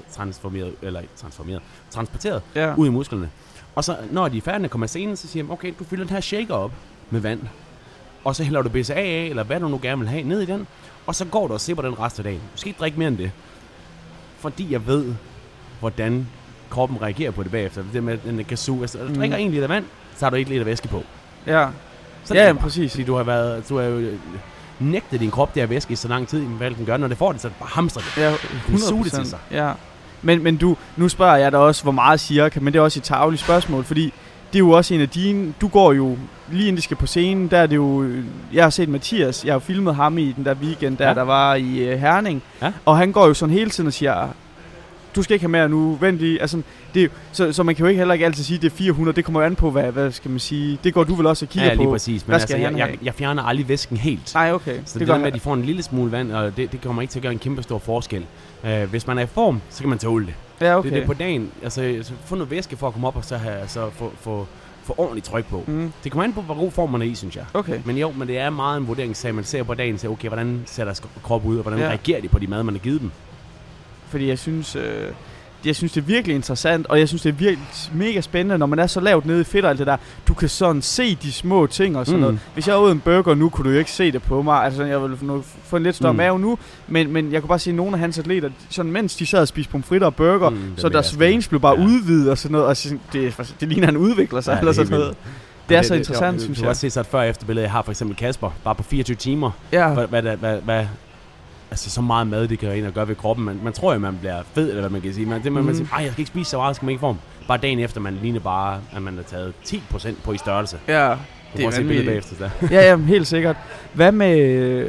transporteret ud i musklerne. Og så når de er færdige og kommer af scenen, så siger de, okay, du fylder den her shaker op med vand. Og så hælder du BCAA af, eller hvad du nu gerne vil have, ned i den. Og så går du og sipper den resten af dagen. Du skal ikke drikke mere end det. Fordi jeg ved, hvordan kroppen reagerer på det bagefter. Det med, at den kan suge. Altså, du drikker 1 liter vand, så har du 1 liter væske på. Ja. Så ja, præcis. Fordi du har jo nægtet din krop det her væske i så lang tid, hvad den gør. Når det får det, så bare hamstrer det. Ja, 100%. Suge det til sig. Ja. Men nu spørger jeg dig også, hvor meget cirka, men det er også et tarveligt spørgsmål, fordi det er jo også en af dine, du går jo, lige inden de skal på scenen, der er det jo, jeg har set Mathias, jeg har filmet ham i den der weekend, der var i Herning, og han går jo sådan hele tiden og siger, du skal ikke have mere nu, vent lige, altså, det, så man kan jo ikke heller ikke altid sige, det er 400, det kommer jo an på, hvad skal man sige, det går du vel også og kigger på. Ja, lige præcis, men altså, jeg fjerner aldrig væsken helt. Nej, okay. Så det der med, at de får en lille smule vand, og det kommer ikke til at gøre en kæmpe stor forskel. Hvis man er i form, så kan man tåle det. Ja, okay. Det er på dagen, altså få noget væske for at komme op og så få ordentligt tryk på. Det kommer an på, hvor god form man er i, synes jeg. Okay. Men det er meget en vurderingssag, man ser på dagen, så okay, hvordan ser deres krop ud, og hvordan reagerer de på de mad, man har givet dem. Fordi jeg synes det er virkelig interessant, og jeg synes det er virkelig mega spændende, når man er så lavt nede i fedt og alt det der. Du kan sådan se de små ting og sådan noget. Hvis jeg åd en burger nu, kunne du jo ikke se det på mig. Altså jeg ville få en lidt større mave nu, men jeg kunne bare se, at nogle af hans atleter, sådan mens de sad og spiste pomfritter og burger, så deres veins blev bare udvidet og sådan noget, og det ligner, han udvikler sig eller sådan noget. Det er så interessant, synes jeg. Du har også set så et før- og efterbillede. Jeg har for eksempel Kasper, bare på 24 timer. Ja. Hvad altså så meget mad, det kan ind og gøre ved kroppen. Man tror jo, man bliver fed, eller hvad man kan sige. Man siger, jeg skal ikke spise så meget, skal man ikke form. Bare dagen efter, man ligner bare, at man har taget 10% på i størrelse. Ja, det er vanvittigt bagefter. Ja, helt sikkert. Hvad med,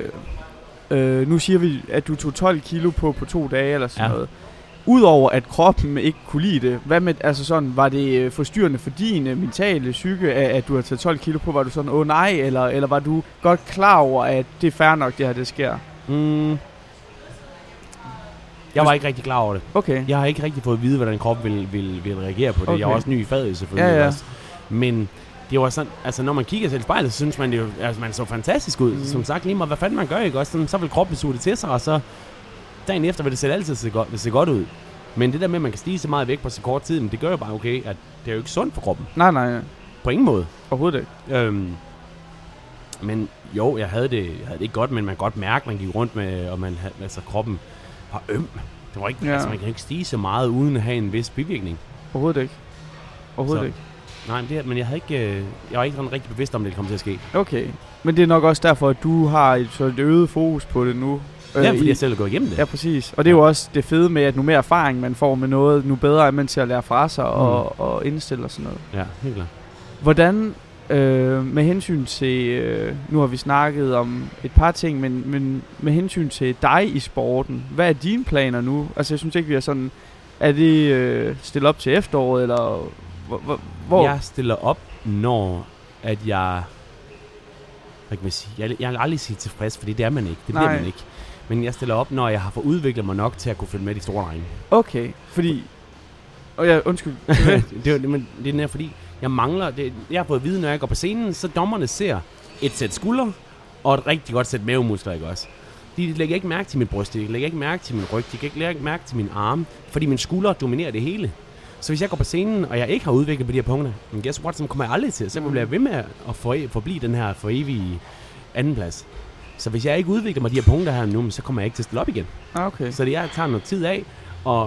nu siger vi, at du tog 12 kilo på 2 dage, eller sådan noget. Udover at kroppen ikke kunne lide det, hvad med, altså sådan, var det forstyrrende for din mentale psyke, at du har taget 12 kilo på? Var du sådan, nej, eller var du godt klar over, at det er fair nok, det her, det sker? Jeg var ikke rigtig klar over det. Okay. Jeg har ikke rigtig fået at vide, hvordan kroppen vil reagere på det. Okay. Jeg er også ny i faget, selvfølgelig også. Men det var sådan, altså når man kigger selv i spejlet, så synes man jo, altså man så fantastisk ud. Som sagt, lige meget hvad fanden man gør, ikke også? Så vil kroppen suge det til sig, og så dagen efter vil det selv altid se godt ud. Men det der med, at man kan stige så meget væk på så kort tid, men det gør jo bare okay, at det er jo ikke sundt for kroppen. Nej. På ingen måde. Overhovedet ikke. Men jo, jeg havde det ikke godt, men man kan godt mærke, man gik rundt med, og man havde, altså kroppen var øm. Det var ikke, altså man kan ikke stige så meget, uden at have en vis bivirkning. Overhovedet ikke. Nej, men jeg var ikke sådan rigtig bevidst om, det kom til at ske. Okay, men det er nok også derfor, at du har et øget fokus på det nu. Ja, fordi jeg selv er gået igennem det. Ja, præcis. Og det er jo også det fede med, at nu mere erfaring man får med noget, nu bedre er man til at lære fra sig og indstille og sådan noget. Ja, helt klart. Hvordan, med hensyn til, nu har vi snakket om et par ting, men med hensyn til dig i sporten, hvad er dine planer nu? Altså jeg synes ikke, vi er sådan, er det stillet op til efteråret, eller hvor? Jeg stiller op, når at jeg kan man sige, jeg vil aldrig sige tilfreds, fordi det er man ikke, det bliver man ikke. Men jeg stiller op, når jeg har fået udviklet mig nok til at kunne følge med de store drenge. Okay, fordi, undskyld. det er fordi, jeg mangler, jeg har fået at vide, når jeg går på scenen, så dommerne ser et sæt skuldre, og et rigtig godt sæt mavemuskler, ikke også? De lægger ikke mærke til mit bryst, de lægger ikke mærke til min ryg, de kan ikke lægge mærke til min arme, fordi mine skuldre dominerer det hele. Så hvis jeg går på scenen, og jeg ikke har udviklet på de her punkter, men guess what, så kommer jeg aldrig til. Så bliver jeg ved med at forblive den her for evige andenplads. Så hvis jeg ikke udvikler mig de her punkter her nu, så kommer jeg ikke til at stille op igen. Okay. Så jeg tager noget tid af, og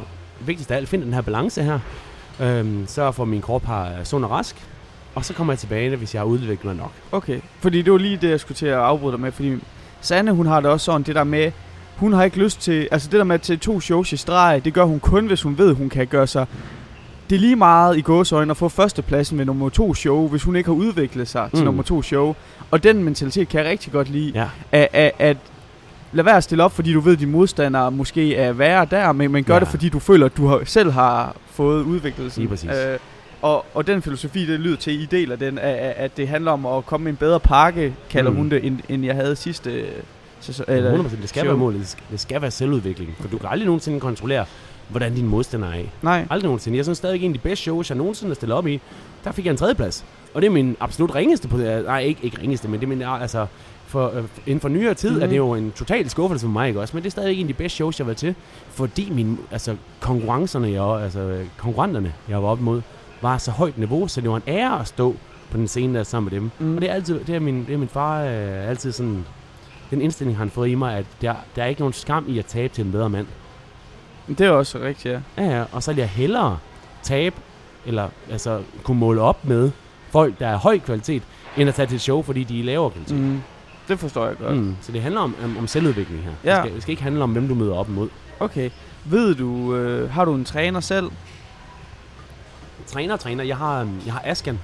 vigtigst af alt, find den her balance her. Sørg for, at min krop er sund og rask. Og så kommer jeg tilbage, hvis jeg har udviklet mig nok. Okay, fordi det var lige det, jeg skulle til at afbryde dig med, fordi Sanne, hun har det også sådan, det der med, hun har ikke lyst til, altså det der med at tage 2 shows i streg, det gør hun kun, hvis hun ved, hun kan gøre sig. Det er lige meget i gåseøjne at få førstepladsen ved nummer 2 show, hvis hun ikke har udviklet sig til nummer 2 show. Og den mentalitet kan jeg rigtig godt lide, at lad være at stille op, fordi du ved, at dine modstandere måske er værre der, men gør det, fordi du føler, at du selv har fået udviklet Lige præcis. Og den filosofi, det lyder til, I deler den, at det handler om at komme med en bedre pakke, kalder hun det, end jeg havde sidste sæson. 100%, det skal være målet. Det skal være selvudvikling. For du kan aldrig nogensinde kontrollere, hvordan dine modstandere er. Nej. Aldrig nogensinde. Jeg synes stadig en af de bedste shows, jeg nogensinde har stillet op i, der fik jeg en 3. plads. Og det er min absolut ringeste på det. Nej, ikke ringeste, men det er min, altså, inden for nyere tid er det jo en total skuffelse for mig, ikke også? Men det er stadig en af de bedste shows, jeg har været til, fordi konkurrenterne, jeg var op imod, var så højt niveau, så det var en ære at stå på den scene der sammen med dem. Og det er min far altid sådan, den indstilling han fået i mig, at der er ikke nogen skam i at tabe til en bedre mand. Det er også rigtigt, ja. Ja, og så vil jeg hellere tabe, eller altså kunne måle op med folk, der er høj kvalitet, end at tage til et show, fordi de er lavere kvalitet. Det forstår jeg godt. Så det handler om selvudvikling her. Ja. Det skal ikke handle om, hvem du møder op imod. Okay. Ved du, har du en træner selv? Træner. Jeg har Askan,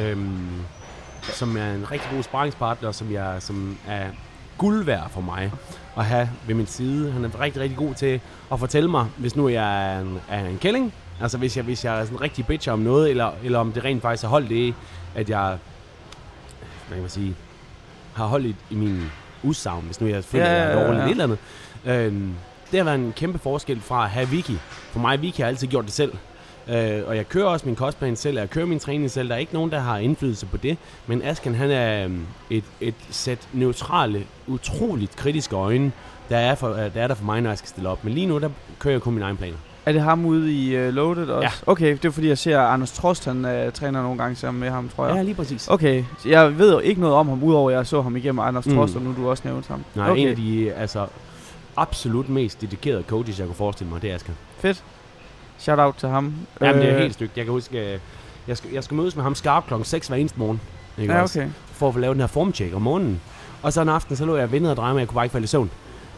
som er en rigtig god sparringspartner, som er guld værd for mig at have ved min side. Han er rigtig, rigtig god til at fortælle mig, hvis nu jeg er en kælling. Altså hvis jeg er sådan en rigtig bitcher om noget, eller om det rent faktisk har holdt det, at jeg, hvad kan man sige, har holdt i min udsagn, hvis nu jeg føler, at jeg er dårlig eller andet. Det har været en kæmpe forskel fra at have Vicky. For mig, Vicky har altid gjort det selv. Og jeg kører også min kostplan selv, og jeg kører min træning selv. Der er ikke nogen, der har indflydelse på det. Men Asken, han er et sæt neutrale, utroligt kritiske øjne, der er der for mig, når jeg skal stille op. Men lige nu, der kører jeg kun mine egne planer. Er det ham ude i Loaded også? Ja. Okay, det er fordi, jeg ser Anders Trost, han træner nogle gange sammen med ham, tror jeg. Ja, lige præcis. Okay, så jeg ved jo ikke noget om ham, udover at jeg så ham igennem Anders Trost, og nu du også nævnt ham. Nej, okay. En af de absolut mest dedikerede coaches, jeg kunne forestille mig, det er Asken. Fedt. Shout out til ham. Jamen, det er helt stygt. Jeg kan huske, jeg skal mødes med ham skarpt klokken 6 hver eneste morgen. Ikke også? Okay. For at få lavet den her formcheck om morgenen. Og så en aften, så lå jeg vendet og dreje mig, jeg kunne bare ikke falde i søvn.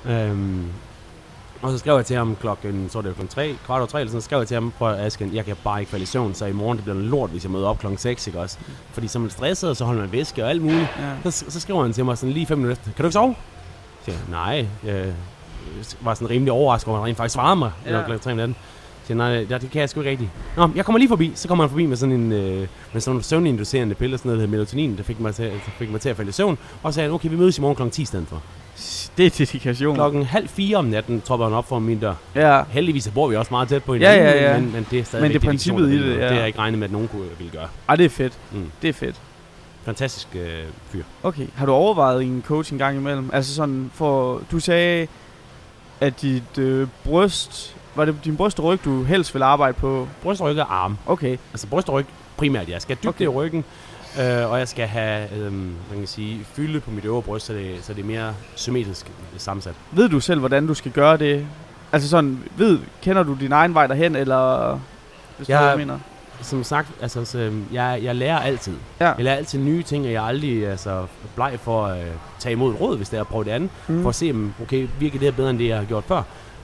Og så skrev jeg til ham klokken 3, kvart over 3, eller sådan, skrev jeg til ham, prøv Asken, jeg kan bare ikke falde i søvn, så i morgen det bliver lort, hvis jeg møder op klokken 6, ikke også? Fordi så er man stresset, og så holder man væske og alt muligt. Ja. Så skriver han til mig sådan lige 5 minutter efter, kan du ikke sove? Så jeg, nej, var sådan rimelig overrasket, hvor han rent faktisk svarede mig, klokken 3 om natten. Så nej, det kan jeg sgu ikke rigtigt. Nå, jeg kommer lige forbi, så kommer han forbi med sådan en søvninducerende pille, sådan noget, der hedder melatonin, der fik mig til at falde i søvn, og så sagde han, okay, vi mødes i morgen klokken 10 i stedet for. Det er dedikation. Klokken 3:30 om natten tropper han op for min dør. Ja. Heldigvis bor vi også meget tæt på hinanden, ja. Men det er stadig det princippet i det, det har jeg ikke regnet med, at nogen ville gøre. Ej, det er fedt. Det er fedt. Fantastisk fyr. Okay, har du overvejet en coach en gang imellem? Altså sådan, for du sagde, at dit bryst, var det din bryst og ryg, du helst vil arbejde på? Bryst og ryg og arm. Okay. Altså bryst og ryg primært, jeg skal dybt i ryggen. Og jeg skal have, man kan sige, fylde på mit øvre bryst, så det er mere symmetrisk sammensat. Ved du selv, hvordan du skal gøre det? Altså sådan, kender du din egen vej derhen, eller hvis du mener? Som sagt, altså, jeg lærer altid. Ja. Jeg lærer altid nye ting, og jeg er aldrig bleg for at tage imod et råd, hvis det er at prøve det andet. For at se, om okay, virker det her bedre, end det, jeg har gjort før.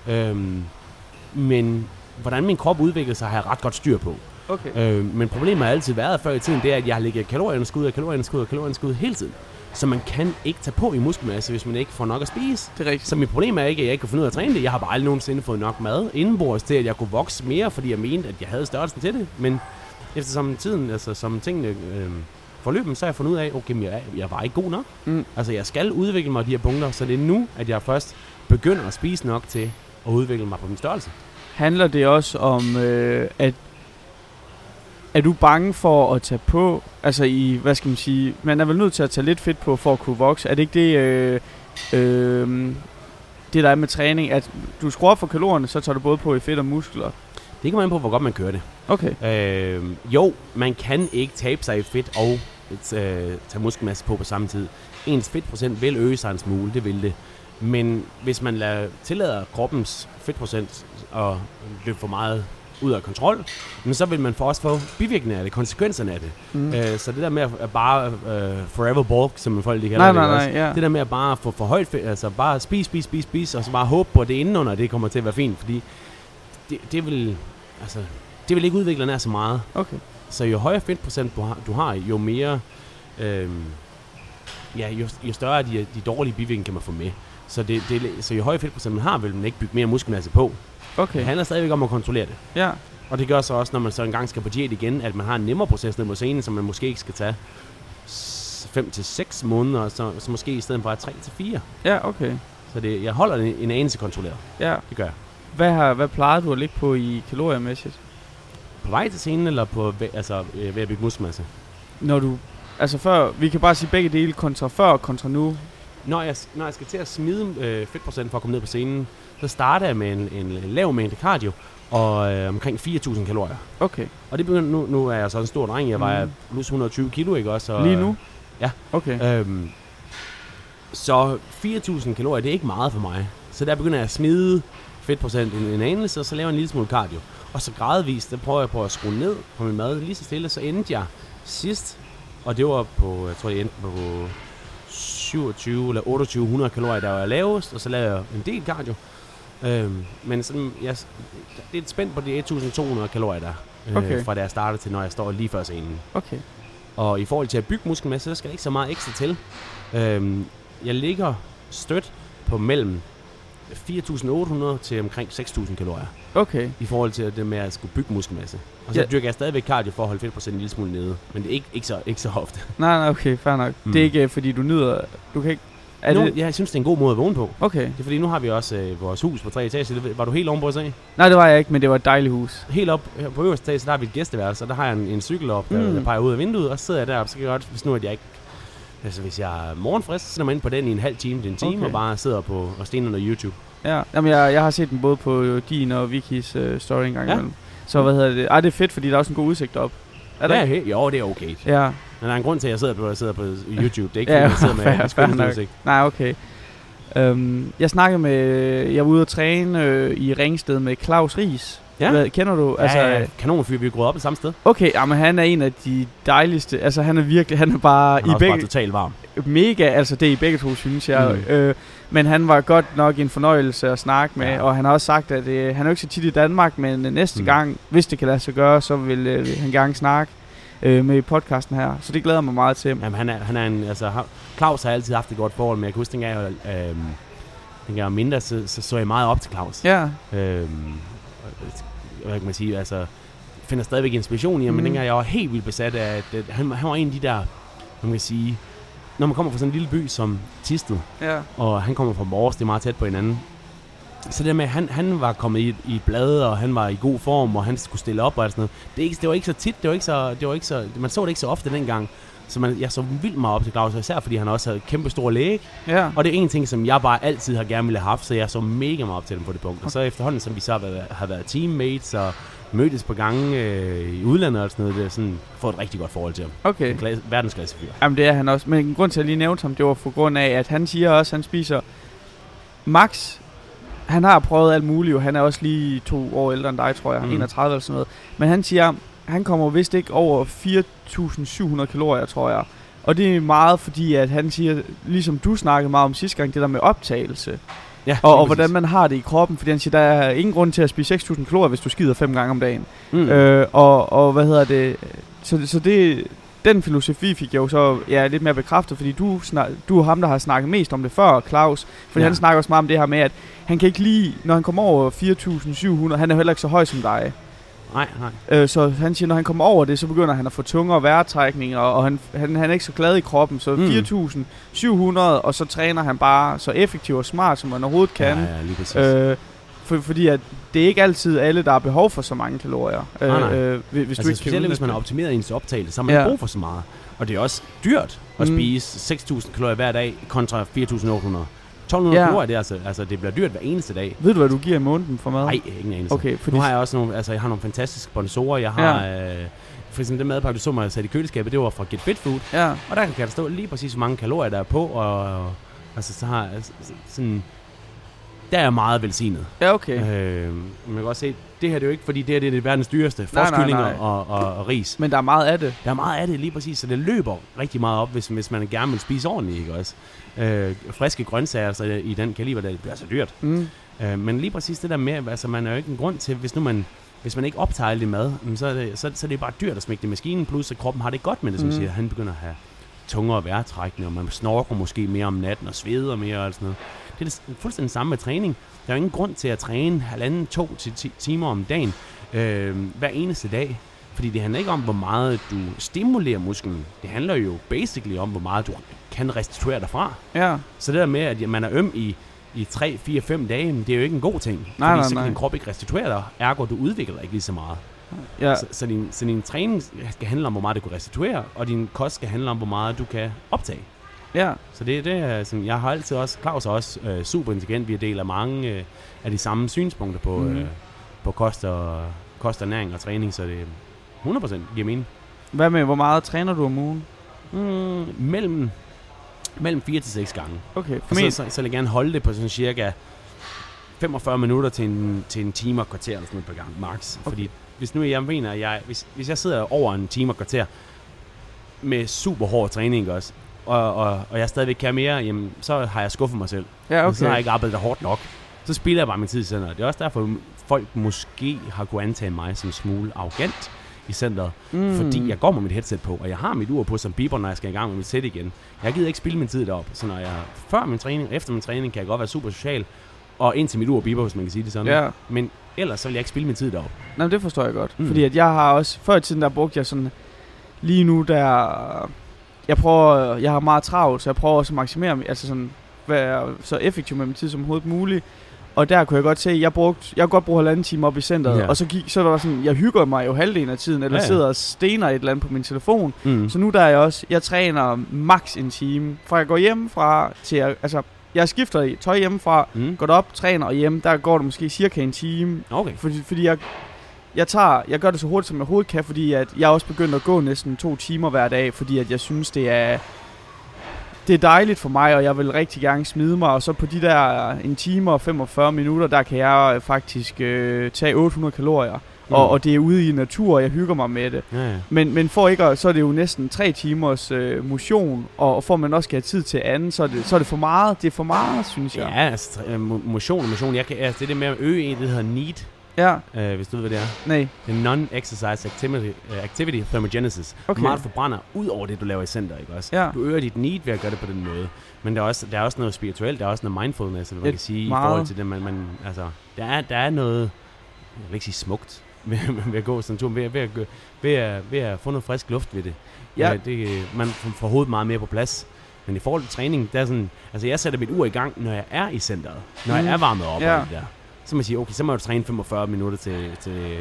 Men hvordan min krop udvikler sig, har jeg ret godt styr på. Okay. Men problemet har altid været før i tiden, det er, at jeg har ligget kalorieunderskud hele tiden. Så man kan ikke tage på i muskelmasse, hvis man ikke får nok at spise. Det er rigtigt. Så mit problem er ikke, at jeg ikke kan finde ud af at træne det. Jeg har bare aldrig nogensinde fået nok mad indenbords til, at jeg kunne vokse mere, fordi jeg mente, at jeg havde størrelsen til det. Men eftersom tiden, altså som tingene forløben, så har jeg fundet ud af, okay, jeg var ikke god nok. Altså jeg skal udvikle mig de her punkter, så det er nu, at jeg først begynder at spise nok til at udvikle mig på min størrelse. Handler det også om, at er du bange for at tage på, altså i, hvad skal man sige, man er vel nødt til at tage lidt fedt på for at kunne vokse. Er det ikke det der er med træning, at du skruer op for kalorierne, så tager du både på i fedt og muskler? Det kommer an på, hvor godt man kører det. Okay. Jo, man kan ikke tabe sig i fedt og tage muskelmasse på samme tid. Ens fedtprocent vil øge sig en smule, det vil det. Men hvis man tillader kroppens fedtprocent at løbe for meget ud af kontrol, men så vil man også få bivirkninger af det, konsekvenserne af det. Så det der med at bare forever bulk, som folk kalder det, nej, ja. Det der med at bare få for højt fedt, altså bare spise, og så bare håbe på, at det indenunder, det kommer til at være fint, fordi det vil ikke udvikle nær så meget. Okay. Så jo højere fedtprocent du har, jo mere, jo større er de dårlige bivirkninger kan man få med. Så jo højere fedtprocent man har, vil man ikke bygge mere muskelmasse på. Okay. Det handler stadigvæk om at kontrollere det. Ja. Og det gør så også, når man så engang skal på diæt igen, at man har en nemmere proces ned mod scenen, som man måske ikke skal tage 5 til 6 måneder, så måske i stedet for 3 til 4. Ja, okay. Så jeg holder en anelse kontrolleret. Ja. Det gør jeg. Hvad plejer du at ligge på i kaloriemæssigt? På vej til scenen, eller ved at bygge muskelmasse? Når du, altså før, vi kan bare sige begge dele, kontra før og kontra nu. Når jeg skal til at smide fedtprocent for at komme ned på scenen, så starter jeg med en lav mængde cardio og omkring 4.000 kalorier. Okay. Og det begynder, nu er jeg så en stor dreng, jeg vejer plus 120 kilo, ikke også? Og, lige nu? Ja. Okay. Så 4.000 kalorier, det er ikke meget for mig. Så der begynder jeg at smide fedtprocent en anelse, og så laver jeg en lille smule cardio. Og så gradvist, der prøver jeg på at skrue ned på min mad lige så stille, så endte jeg sidst, og det var på, jeg tror jeg endte på 27 eller 2800 kalorier, der var lavest, og så lavede jeg en del cardio. Men sådan, det er et spænd på de 1200 kalorier der, fra da jeg startede til, når jeg står lige før scenen. Okay. Og i forhold til at bygge muskelmasse, så skal der ikke så meget ekstra til. Jeg ligger stødt på mellem 4.800 til omkring 6.000 kalorier. Okay. I forhold til det med at skulle bygge muskelmasse. Og så dyrker jeg stadigvæk cardio for at holde fedtprocent en lille smule nede. Men det er ikke så ofte. Nej, okay, fair nok. Det er ikke fordi du nyder, du kan ikke... Jeg synes, det er en god måde at vågne på. Okay. Det er fordi, nu har vi også vores hus på 3 etager. Var du helt ovenpå at se? Nej, det var jeg ikke, men det var et dejligt hus. Helt op på øverste etage, så der har vi et gæsteværelse, og der har jeg en cykel op, der peger ud af vinduet, og så sidder jeg deroppe, så kan jeg godt, hvis nu at jeg ikke... Altså, hvis jeg er morgenfrisk, så sætter man ind på den i en halv time, og bare sidder på og stener under YouTube. Ja, jamen jeg har set den både på din og Vikis story engang imellem. Så hvad hedder det? Det er fedt, fordi der er også en god udsigt op. Er det? Ja, jo, det er okay. Ja. Men der er en grund til, at jeg sidder på YouTube. Det er ikke, fordi jeg sidder med udsigt. Nej, okay. Jeg var ude at træne i Ringsted med Claus Riis. Ja. Kender du? Ja, kanonfyr, vi er gået op det samme sted. Okay, men han er en af de dejligste. Altså han er bare han er i begge totalt varm. Mega, altså det er i begge to, synes jeg. Men han var godt nok en fornøjelse at snakke med, og han har også sagt, at han er jo ikke så tit i Danmark, men næste gang, hvis det kan lade sig gøre, så vil han gerne snakke med i podcasten her. Så det glæder mig meget til. Jamen, han er en, altså Claus har altid haft et godt forhold, men jeg kan huske, dengang jeg var mindre, så jeg meget op til Claus. Ja. Hvad kan man sige, altså finder stadigvæk inspiration i ham, men dengang jeg var helt vildt besat af, at han var en af de der, man kan sige, når man kommer fra sådan en lille by som Thisted, og han kommer fra Mors, det er meget tæt på hinanden, så det med, han var kommet i et blad, og han var i god form, og han skulle stille op og sådan noget. Det var ikke så tit, man så det ikke så ofte dengang. Så jeg så vildt meget op til Claus, især fordi han også havde kæmpe store læg. Ja. Og det er en ting, som jeg bare altid har gerne ville have haft, så jeg så mega meget op til dem på det punkt. Og så efterhånden, som vi så har været teammates og mødtes på gange i udlandet og sådan noget, det er sådan fået et rigtig godt forhold til ham. Okay. Verdensklasse fyr. Jamen det er han også. Men grund til at lige nævnte ham, det var for grund af, at han siger også, at han spiser max. Han har prøvet alt muligt, og han er også lige 2 år ældre end dig, tror jeg. 31 eller sådan noget. Men han siger, han kommer vist ikke over 4.700 kalorier, tror jeg. Og det er meget fordi, at han siger, ligesom du snakkede meget om sidste gang, det der med optagelse. Ja, og hvordan man har det i kroppen. Fordi han siger, der er ingen grund til at spise 6.000 kalorier, hvis du skider 5 gange om dagen. Og hvad hedder det? Så det, den filosofi fik jeg jo så lidt mere bekræftet, fordi du er ham, der har snakket mest om det før, Claus. Fordi han snakker også meget om det her med, at han kan ikke lide, når han kommer over 4.700, han er heller ikke så høj som dig. Nej. Så han siger, når han kommer over det, så begynder han at få tungere vejrtrækning, og han er ikke så glad i kroppen. Så 4.700, og så træner han bare så effektivt og smart, som man overhovedet kan. Ja, lige præcis. Fordi at det er ikke altid alle, der har behov for så mange kalorier. Hvis altså, du ikke specielt hvis man har optimeret ens optagelse, så har man ikke brug for så meget. Og det er også dyrt at spise 6.000 kalorier hver dag kontra 4.800. 1.200 kalorier, det er altså det bliver dyrt hver eneste dag. Ved du, hvad du giver i måneden for mad? Nej, ingen anelse. Okay, nu har jeg også jeg har nogle fantastiske sponsorer. Jeg har for eksempel den madpakke, du så mig sat i køleskabet, det var fra Get Fit Food. Ja. Og der kan der stå lige præcis, hvor mange kalorier der er på, og Altså, så har jeg sådan... Der er jeg meget velsignet. Ja, okay. Man kan godt se, det her det er jo ikke, fordi det her det er det verdens dyreste. Forskyldninger og ris. Men der er meget af det. Der er meget af det, lige præcis. Så det løber rigtig meget op, hvis man gerne vil spise ordentligt, ikke også? Friske grøntsager, så i den kaliber, det bliver så dyrt. Men lige præcis det der med, altså man er jo ikke en grund til, hvis man ikke optager alt det mad, så er det bare dyrt at smække det i maskinen, plus at kroppen har det godt med det, som siger. Han begynder at have tungere vejrtrækning, og man snorker måske mere om natten og sveder mere og sådan noget. Det er fuldstændig samme med træning. Der er jo ingen grund til at træne 1,5-2 timer om dagen hver eneste dag. Fordi det handler ikke om, hvor meget du stimulerer musklen. Det handler jo basically om, hvor meget du kan restituere derfra. Ja. Så det der med, at man er øm i 3, 4, 5 dage, det er jo ikke en god ting. Nej, så kan din krop ikke restituere dig, ergo du udvikler dig ikke lige så meget. Ja. Så din træning skal handle om, hvor meget du kan restituere, og din kost skal handle om, hvor meget du kan optage. Ja. Så det er sådan, jeg har altid også, Claus er også super intelligent, vi deler mange af de samme synspunkter på kost og ernæring og træning, så det 100% giver mening. Hvad med, hvor meget træner du om ugen? Mellem 4 til 6 gange. Okay. Så vil jeg gerne holde det på sådan cirka 45 minutter til en time og kvarter eller sådan noget per gang, max. Okay. Fordi hvis nu jeg mener, hvis jeg sidder over en time og kvarter med super hård træning også, og jeg stadigvæk kan mere, jamen, så har jeg skuffet mig selv. Ja, okay. Så har jeg ikke arbejdet hårdt nok. Så spiller jeg bare min tid i centret. Det er også derfor, folk måske har kunnet antage mig som smule arrogant i centret. Fordi jeg går med mit headset på, og jeg har mit ur på som beeper, når jeg skal i gang med mit sæt igen. Jeg gider ikke spille min tid deroppe. Så når jeg før min træning og efter min træning, kan jeg godt være super social, og indtil mit ur beeper, hvis man kan sige det sådan. Ja. Men ellers så vil jeg ikke spille min tid deroppe. Nej, det forstår jeg godt. Fordi at jeg har også, før i tiden der brugte jeg sådan, lige nu der... Jeg har meget travlt, så jeg prøver også at maksimere, altså sådan, være så effektiv med min tid som overhovedet muligt. Og der kunne jeg godt se, jeg kunne godt bruge 1,5 time op i centret, og så var der sådan, jeg hygger mig jo halvdelen af tiden, eller sidder og stener et eller andet på min telefon. Så nu der er jeg også, jeg træner max en time, fra jeg går hjemmefra til, altså, jeg skifter i tøj hjemmefra, går op, træner og hjem, der går det måske cirka en time. Okay. Fordi jeg gør det så hurtigt som jeg overhovedet kan, fordi at jeg også begyndt at gå næsten 2 timer hver dag, fordi at jeg synes det er dejligt for mig, og jeg vil rigtig gerne smide mig, og så på de der 1 time og 45 minutter, der kan jeg faktisk tage 800 kalorier, og det er ude i natur, og jeg hygger mig med det. Ja. Men for ikke, så er det jo næsten 3 timers motion, og for man også skal have tid til anden, så er det for meget. Det er for meget, synes jeg. Ja, altså motion. Jeg kan, altså, det der med at øge det hedder NEAT. Ja. Hvis du ved, hvad det er. Nej. Det er Non-Exercise Activity Thermogenesis. Okay. Hvor meget du forbrænder ud over det, du laver i center, ikke også? Ja. Du øger dit need ved at gøre det på den måde. Men der er også noget spirituelt, der er også noget mindfulness, eller man kan sige, meget. I forhold til det, man altså, der er noget, jeg vil ikke sige smukt, ved at gå sådan en tur, ved at få noget frisk luft ved det. Ja. Man får hovedet meget mere på plads. Men i forhold til træning, der er sådan, altså jeg sætter mit ur i gang, når jeg er i centeret. Når jeg er varmet op og det der. Så man siger, okay, så må du træne 45 minutter til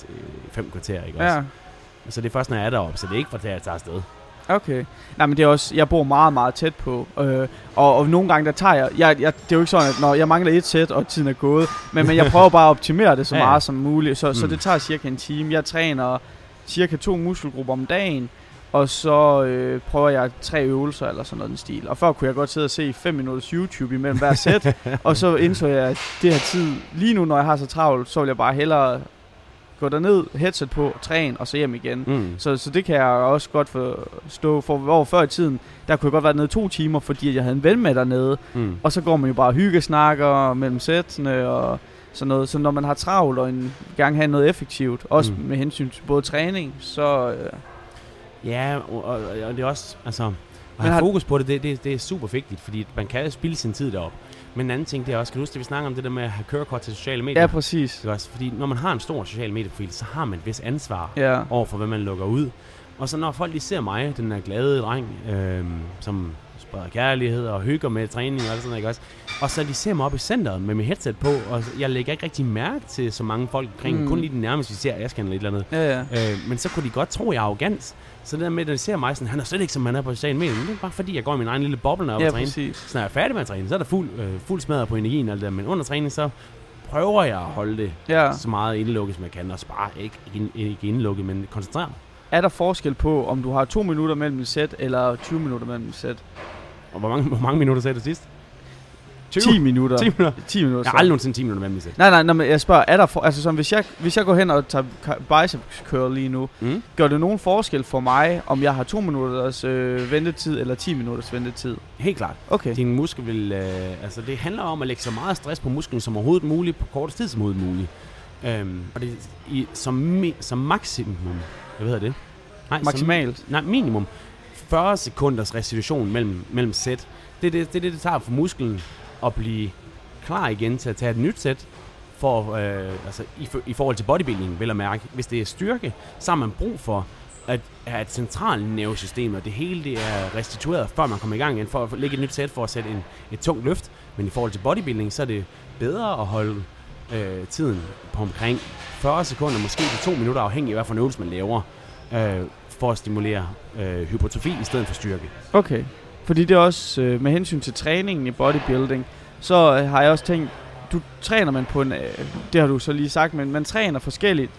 5 kvarter, ikke også? Ja. Så det er først, når jeg er deroppe, så det er ikke for det, jeg tager afsted. Okay. Nej, men det er også, jeg bor meget, meget tæt på, og nogle gange, der tager jeg det er jo ikke sådan, at når jeg mangler et sæt, og tiden er gået, men jeg prøver bare at optimere det så meget som muligt, så det tager cirka en time. Jeg træner cirka 2 muskelgrupper om dagen, og så prøver jeg 3 øvelser eller sådan noget den stil. Og før kunne jeg godt sidde og se 5 minutters YouTube imellem hver sæt, og så indså jeg, at det her tid, lige nu når jeg har så travlt, så vil jeg bare hellere gå derned, headset på, træne og så hjem igen. Så det kan jeg også godt forstå. For over før i tiden, der kunne jeg godt være nede 2 timer, fordi jeg havde en ven med dernede. Og så går man jo bare hyggesnakker mellem sættene og sådan noget. Så når man har travlt og en gang have noget effektivt, også med hensyn til både træning, så... Ja, og det er også, altså, at have fokus på det er super vigtigt, fordi man kan spilde sin tid deroppe. Men en anden ting, det er også, kan du huske, at vi snakker om det der med at have kørekort til sociale medier? Ja, præcis. Det er også, fordi når man har en stor social medieprofil, så har man et vis ansvar over for, hvad man lukker ud. Og så når folk lige ser mig, den der glade dreng, som spreder kærlighed og hygger med træning og sådan, ikke også? Og så de ser mig op i centret med mit headset på, og jeg lægger ikke rigtig mærke til så mange folk omkring, kun lige den nærmeste, vi ser, jeg skal eller et eller andet. Men så kunne de godt tro, jeg er arrogant. Så det der med, at de ser mig sådan, han er slet ikke som man er på sociale medier, men det er bare fordi, jeg går i min egen lille boble, når jeg er på træning. Så når jeg er færdig med at træne, så er der fuld smadret på energien og alt det der, men under træning, så prøver jeg at holde det så meget indelukket, som jeg kan, og bare ikke indelukket, men koncentrere mig. Er der forskel på, om du har 2 minutter mellem et sæt, eller 20 minutter mellem et sæt? Og hvor mange minutter sagde du sidst? 10 minutter. 10 minutter. 10 minutter. Jeg har aldrig nogensinde 10 minutter med mig selv. Nej, men jeg spørger, er der altså sådan, hvis jeg går hen og tager biceps curl lige nu, gør det nogen forskel for mig, om jeg har 2 minutters ventetid eller 10 minutters ventetid? Helt klart. Okay. Din muskel vil, altså det handler om at lægge så meget stress på musklen som overhovedet muligt, på kortest tid som overhovedet muligt. Og det som maksimum, hvad hedder det? Nej, maksimalt? Minimum 40 sekunders restitution mellem sæt. Det er det tager for musklen at blive klar igen til at tage et nyt sæt, for, altså i forhold til bodybuilding, vil jeg mærke. Hvis det er styrke, så har man brug for at have et centralt nervesystem, og det hele det er restitueret, før man kommer i gang igen, for at lægge et nyt sæt, for at sætte et tungt løft. Men i forhold til bodybuilding, så er det bedre at holde tiden på omkring 40 sekunder, måske til 2 minutter, afhængig af hvad for en øvelse man laver, for at stimulere hypertrofi i stedet for styrke. Okay, fordi det er også med hensyn til træningen i bodybuilding, så har jeg også tænkt, du træner man på en, det har du så lige sagt, men man træner forskelligt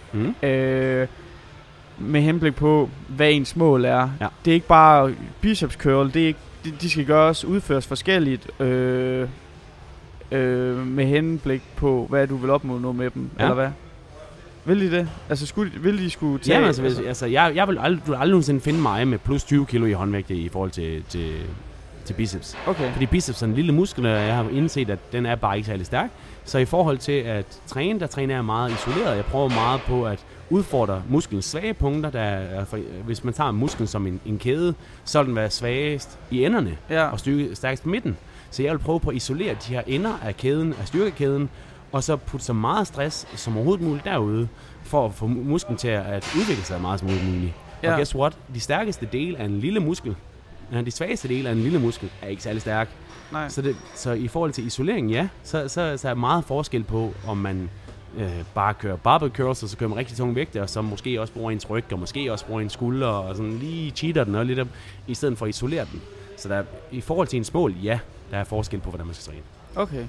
med henblik på, hvad ens mål er. Ja. Det er ikke bare biceps curl, det er ikke, de skal udføres forskelligt med henblik på, hvad du vil opnå med dem, eller hvad? Vil de det? Altså, vil de skulle tage... Ja, altså jeg vil aldrig nogensinde finde mig med plus 20 kilo i håndvægt i forhold til biceps. Okay. Fordi biceps er en lille muskel, og jeg har indset, at den er bare ikke særlig stærk. Så i forhold til at træne, der træner jeg meget isoleret. Jeg prøver meget på at udfordre musklens svage punkter. Hvis man tager musklen som en kæde, så vil den være svagest i enderne og stærkest på midten. Så jeg vil prøve på at isolere de her ender af kæden, af styrkekæden, og så putte så meget stress som overhovedet muligt derude, for at få musklen til at udvikle sig meget som overhovedet muligt. Og guess what? De stærkeste del af en lille muskel, de svageste del af en lille muskel, er ikke særlig stærk. Nej. Så i forhold til isolering, så er meget forskel på, om man bare kører barbell curls, og så kører man rigtig tunge vægte, og så måske også bruger ens ryg, og måske også bruger ens skulder, og sådan lige cheater den og lidt op, i stedet for at isolere den. Så der, i forhold til ens mål, der er forskel på, hvordan man skal træne. Okay.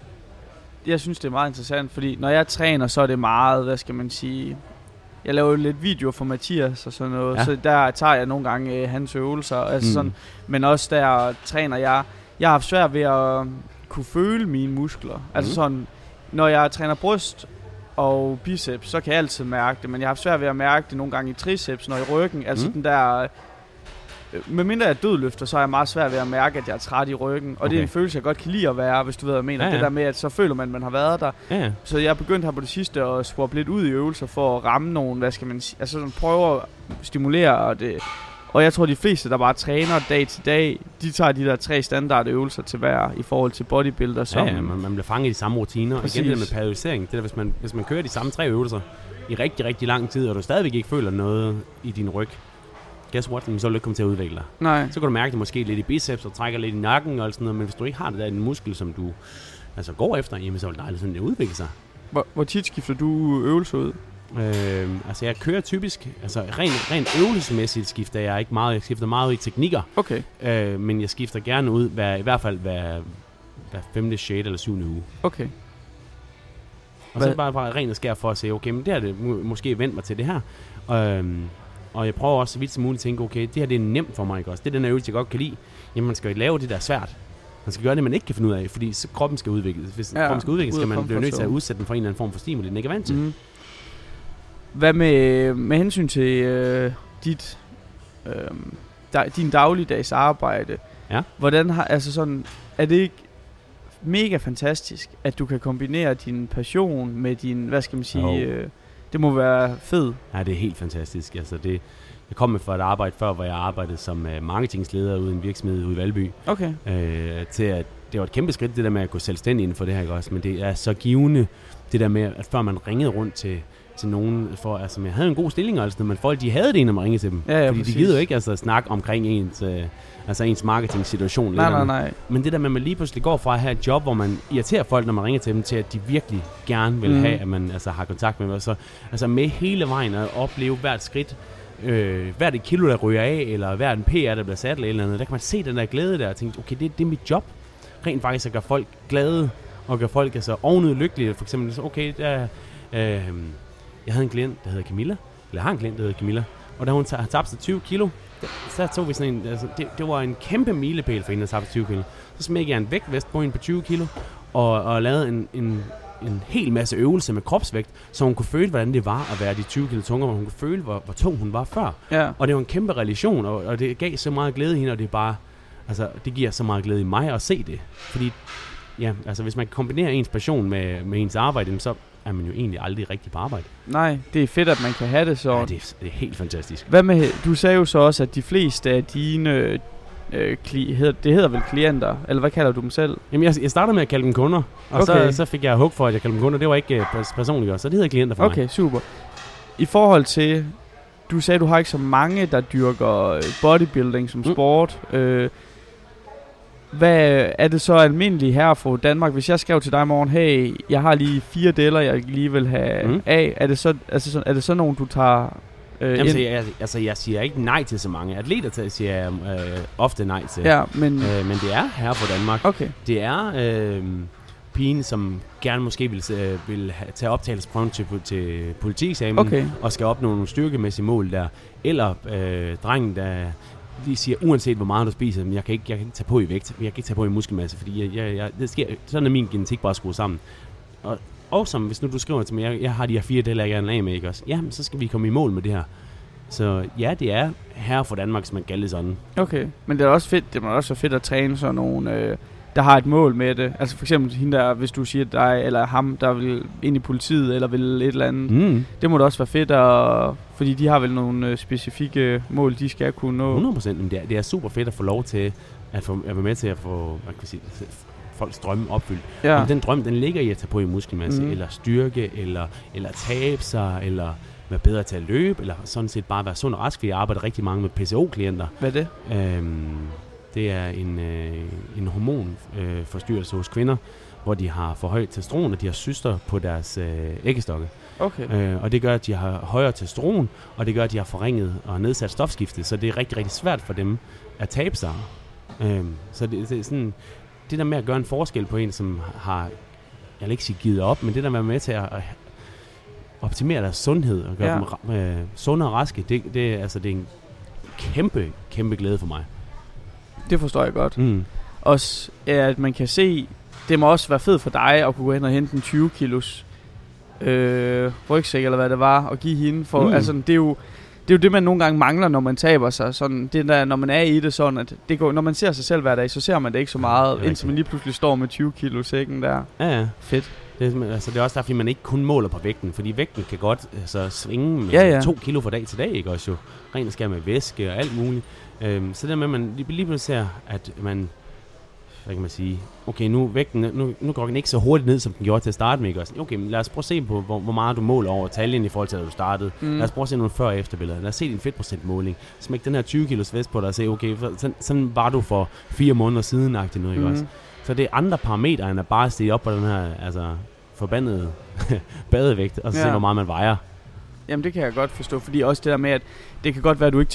Jeg synes, det er meget interessant, fordi når jeg træner, så er det meget, hvad skal man sige... Jeg laver jo lidt videoer for Mathias og sådan noget, så der tager jeg nogle gange hans øvelser, altså sådan, men også der træner jeg. Jeg har haft svært ved at kunne føle mine muskler. Altså sådan, når jeg træner bryst og biceps, så kan jeg altid mærke det, men jeg har haft svært ved at mærke det nogle gange i triceps, når i ryggen, altså den der... Medmindre jeg dødløfter, så er jeg meget svært ved at mærke, at jeg er træt i ryggen. Og det er en følelse, jeg godt kan lide at være, hvis du ved, hvad jeg mener. Det der med, at så føler man, at man har været der. Ja. Så jeg er begyndt her på det sidste at swappe lidt ud i øvelser for at ramme nogen, hvad skal man sige, altså sådan prøve at stimulere det. Og jeg tror, de fleste, der bare træner dag til dag, de tager de der 3 standardøvelser til hver i forhold til bodybuilder. Som man bliver fanget i de samme rutiner. Præcis. Og igen det der med periodisering, det der, hvis man kører de samme 3 øvelser i rigtig, rigtig lang tid, og du stadigvæk ikke føler noget i din ryg, guess what? Så vil du ikke komme til at udvikle dig. Nej. Så kan du mærke det måske lidt i biceps og trækker lidt i nakken og sådan noget, men hvis du ikke har det der en muskel, som du går efter, jamen så vil det aldrig sådan udvikle sig. Hvor tit skifter du øvelser ud? Altså jeg kører typisk, altså rent øvelsesmæssigt skifter jeg ikke meget. Jeg skifter meget ud i teknikker. Okay. Men jeg skifter gerne ud i hvert fald hver 5., 6. eller 7. uge. Okay. Og så bare rent og skær for at se, okay, men det har det måske vendt mig til det her. Og jeg prøver også så vidt som muligt at tænke, okay, det her det er nemt for mig, ikke også? Det er den øvelse, jeg godt kan lide. Jamen, man skal jo lave det, der er svært. Man skal gøre det, man ikke kan finde ud af, fordi så kroppen skal udvikles. Hvis kroppen skal udvikles, skal man blive nødt til at udsætte den for en eller anden form for stimuli, den ikke er vant til. Mm-hmm. Hvad med hensyn til din dagligdags arbejde? Ja. Hvordan er det ikke mega fantastisk, at du kan kombinere din passion med din, hvad skal man sige... Det må være fedt. Ja, det er helt fantastisk. Altså jeg kom fra et arbejde før, hvor jeg arbejdede som marketingsleder ude i en virksomhed ude i Valby. Okay. Til at det var et kæmpe skridt, det der med at gå selvstændig inden for det her, ikke også? Men det er så givende, det der med, at før man ringede rundt til nogen, for altså man havde en god stilling og sådan, men folk de havde det, når man ringede til dem. Ja, fordi præcis. De gider jo ikke altså snakke omkring ens marketing-situation. Nej. Men det der med, at man lige pludselig går fra at have et job, hvor man irriterer folk, når man ringer til dem, til at de virkelig gerne vil have, at man har kontakt med dem. Altså med hele vejen at opleve hvert skridt, hvert et kilo, der ryger af, eller hvert en PR, der bliver sat eller andet, der kan man se den der glæde der, og tænke, okay, det er mit job. Rent faktisk at gøre folk glade, og gøre folk ovenud lykkelige. For eksempel, okay, jeg havde en klient, der hedder Camilla, og da hun har tabt sig 20 kilo, så tog vi sådan en, altså, det var en kæmpe milepæl for en, der tabte 20 kilo. Så smækkede jeg en vægtvest på hende på 20 kilo, og lavede en hel masse øvelser med kropsvægt, så hun kunne føle, hvordan det var at være de 20 kilo tungere, hvor hun kunne føle, hvor tung hun var før. Ja. Og det var en kæmpe relation, og det gav så meget glæde i hende, og det er bare, altså, det giver så meget glæde i mig at se det. Fordi, ja, altså, hvis man kan kombinere ens passion med ens arbejde, så er man jo egentlig aldrig rigtig på arbejde. Nej, det er fedt, at man kan have det så. Ja, det er helt fantastisk. Hvad med, du sagde jo så også, at de fleste af dine, det hedder vel klienter, eller hvad kalder du dem selv? Jamen, jeg startede med at kalde dem kunder, og Okay. så fik jeg hug for, at jeg kaldte dem kunder. Det var ikke personligt også, så det hedder klienter for mig. Okay, super. I forhold til, du sagde, du har ikke så mange, der dyrker bodybuilding som sport. Hvad er det så almindeligt her fra Danmark? Hvis jeg skrev til dig i morgen, hey, jeg har lige 4 deler, jeg lige vil have af. Er det så nogen, du tager Jeg siger ikke nej til så mange. Atleter siger jeg ofte nej til. Ja, men det er her fra Danmark. Okay. Det er pigen, som gerne måske vil tage optagelsesprøven til politieksamen, okay. og skal opnå nogle styrkemæssige mål der. Eller drengen, der lige siger, uanset hvor meget du spiser, men jeg kan ikke tage på i vægt, jeg kan ikke tage på i muskelmasse, fordi det sker, sådan er min genetik bare skruet sammen. Og som hvis nu du skriver til mig, jeg har de her 4 dele, jeg gerne af med, ikke også? Jamen, så skal vi komme i mål med det her. Så ja, det er her for Danmark, som man kalder det sådan. Okay, men det er også fedt, det må også være fedt at træne sådan nogle, der har et mål med det. Altså for eksempel hende der, hvis du siger dig eller ham, der vil ind i politiet, eller vil et eller andet. Det må da også være fedt, fordi de har vel nogle specifikke mål, de skal kunne nå. 100%, men det er super fedt at få lov til at være med til at få, man kan sige, folks drømme opfyldt. Ja. Men den drøm, den ligger i at tage på i muskelmasse, eller styrke, eller tabe sig, eller være bedre til at løbe, eller sådan set bare være sund og rask, fordi jeg arbejder rigtig mange med PCO-klienter. Hvad er det? Det er en hormonforstyrrelse hos kvinder, hvor de har for højt testosteron, og de har cyster på deres æggestokke. Okay. Og det gør, at de har højere testosteron, og det gør, at de har forringet og nedsat stofskiftet, så det er rigtig, rigtig svært for dem at tabe sig. Så det er sådan, det der med at gøre en forskel på en, som har, jeg vil ikke sige givet op, men det der med at være med til at optimere deres sundhed og gøre dem sunde og raske, det er en kæmpe, kæmpe glæde for mig. Det forstår jeg godt. Også at man kan se, det må også være fedt for dig at kunne gå hen og hente en 20 kilos rygsæk, eller hvad det var, og give hende. For, altså, det er jo det, man nogle gange mangler, når man taber sig. Sådan, det der, når man er i det sådan, at det går, når man ser sig selv hver dag, så ser man det ikke så meget, indtil man lige pludselig står med 20 kilo sækken der. Ja. Fedt. Det er også derfor, man ikke kun måler på vægten, fordi vægten kan godt svinge med 2 kilo fra dag til dag, ikke også jo? Ren og skær med væske og alt muligt. Så det med, at man lige pludselig ser, at man, hvad kan man sige, okay, nu vægten, nu går den ikke så hurtigt ned, som den gjorde til at starte med, ikke også? Okay, men lad os prøve at se på, hvor meget du måler over taljen i forhold til, at du startede. Lad os prøve at se nogle før- og efterbilleder. Lad os se din fedtprocentmåling. Smæk den her 20 kilos vest på dig og se, okay, sådan var du for 4 måneder siden, nu, ikke også? Så det er andre parametre, end at bare stige op på den her, forbandede badevægt, og så se, hvor meget man vejer. Jamen, det kan jeg godt forstå, fordi også det der med, at det kan godt være, at du ikke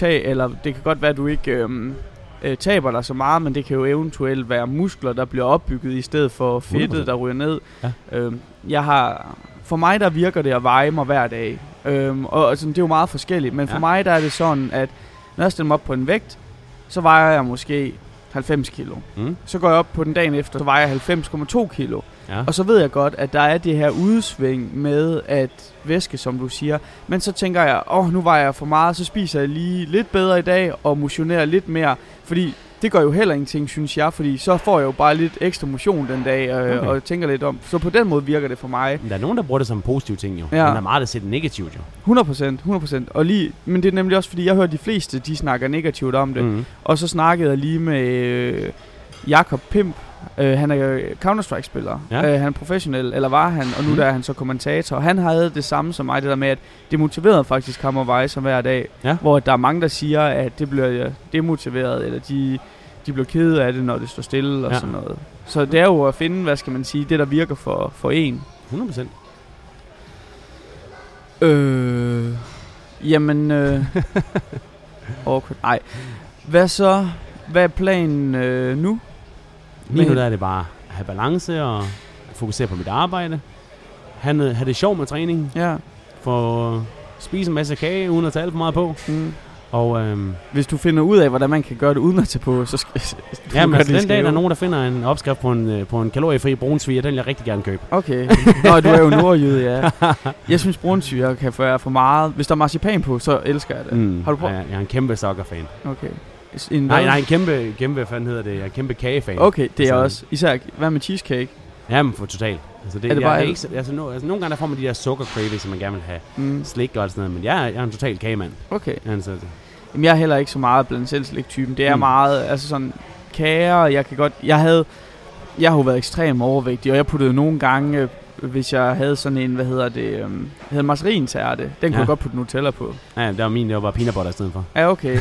taber dig så meget, men det kan jo eventuelt være muskler, der bliver opbygget i stedet for fedtet, der ryger ned. Ja. For mig, der virker det at veje mig hver dag, og sådan, det er jo meget forskelligt, men for mig, der er det sådan, at når jeg stiller mig op på en vægt, så vejer jeg måske 90 kilo. Så går jeg op på den dagen efter, så vejer jeg 90,2 kilo. Ja. Og så ved jeg godt, at der er det her udsving med at væske, som du siger. Men så tænker jeg, nu vejer jeg for meget, så spiser jeg lige lidt bedre i dag og motionerer lidt mere. Fordi det gør jo heller ingenting, synes jeg, fordi så får jeg jo bare lidt ekstra motion den dag og tænker lidt om. Så på den måde virker det for mig. Der er nogen, der bruger det som en positiv ting jo. Ja. Men der er meget, der sætter negativt jo. 100%. Og men det er nemlig også, fordi jeg hører de fleste, de snakker negativt om det. Og så snakkede jeg lige med Jakob Pimp. Han er jo Counter-Strike-spiller. Ja. Han er professionel, eller var han, og nu der er han så kommentator. Han havde det samme som mig, det der med, at det motiverede faktisk ham at veje sig hver dag. Ja. Hvor der er mange, der siger, at det bliver demotiveret, eller de bliver kede af det, når det står stille og sådan noget. Så det er jo at finde, hvad skal man sige, det der virker for en. 100%. Jamen... Nej. Hvad så? Hvad er planen nu? Lige nu der er det bare at have balance og fokusere på mit arbejde. Have det sjovt med træningen. Ja. Få spise en masse kage, uden at tage alt for meget på. Og, hvis du finder ud af, hvordan man kan gøre det uden at tage på, så skal ja, men altså, den dag, der er nogen, der finder en opskrift på en kaloriefri brunsviger, den vil jeg rigtig gerne købe. Okay. Nå, du er jo nordjyde, ja. Jeg synes, brunsviger kan være for meget. Hvis der er marcipan på, så elsker jeg det. Har du prøvet? Jeg er en kæmpe sokkerfan. Okay. Nej, en kæmpe, hvad hedder det? Jeg er en kæmpe kagefan. Okay, det er også. Især, hvad med cheesecake? Jamen, for totalt. Altså, det bare ikke, nogle gange der får man de der sukkercravings, som man gerne vil have slik og sådan noget, men jeg er en total kagemand. Okay. Altså, jamen, jeg er heller ikke så meget blandt selv slik-typen. Det er meget, altså sådan, kager, jeg kan godt, jeg har jo været ekstremt overvægtig, og jeg puttede nogle gange, hvis jeg havde sådan en, havde margarintærte, den kunne jeg godt putte Nutella på. Ja, det var min, det var peanut butter i stedet for. Ja, okay.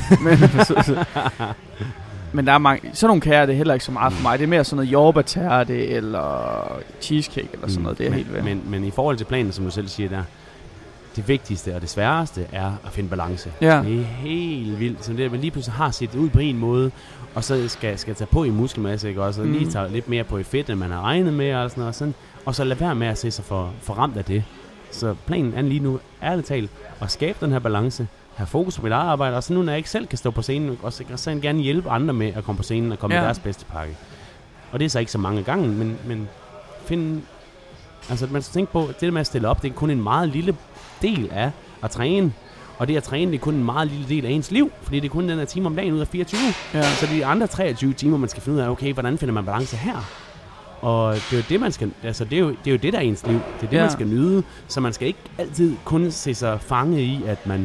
Men der er mange, sådan nogle kager, det er heller ikke så meget for mig. Det er mere sådan noget jordbærtærte eller cheesecake eller sådan noget, det er helt ved. Men i forhold til planen, som du selv siger der, det vigtigste og det sværeste er at finde balance. Ja. Det er helt vildt, som det at man lige pludselig har set ud på en måde, og så skal tage på i muskelmasse, ikke? Og så lige tage lidt mere på i fedt, end man har regnet med, og sådan noget, og så lade være med at se sig for ramt af det. Så planen er lige nu, ærligt talt, at skabe den her balance, have fokus på mit eget arbejde, og så nu, når jeg ikke selv kan stå på scenen, og så gerne hjælpe andre med at komme på scenen og komme med deres bedste pakke. Og det er så ikke så mange gange, men finde, altså man skal tænke på, at det med at stille op, det er kun en meget lille del af at træne, og det at træne, det er kun en meget lille del af ens liv, fordi det er kun den her time om dagen ud af 24. Ja. Så det er de andre 23 timer, man skal finde ud af, okay, hvordan finder man balance her? Og det er jo det, man skal, altså det er jo det, der er ens liv. Det er det, man skal nyde, så man skal ikke altid kun se sig fanget i,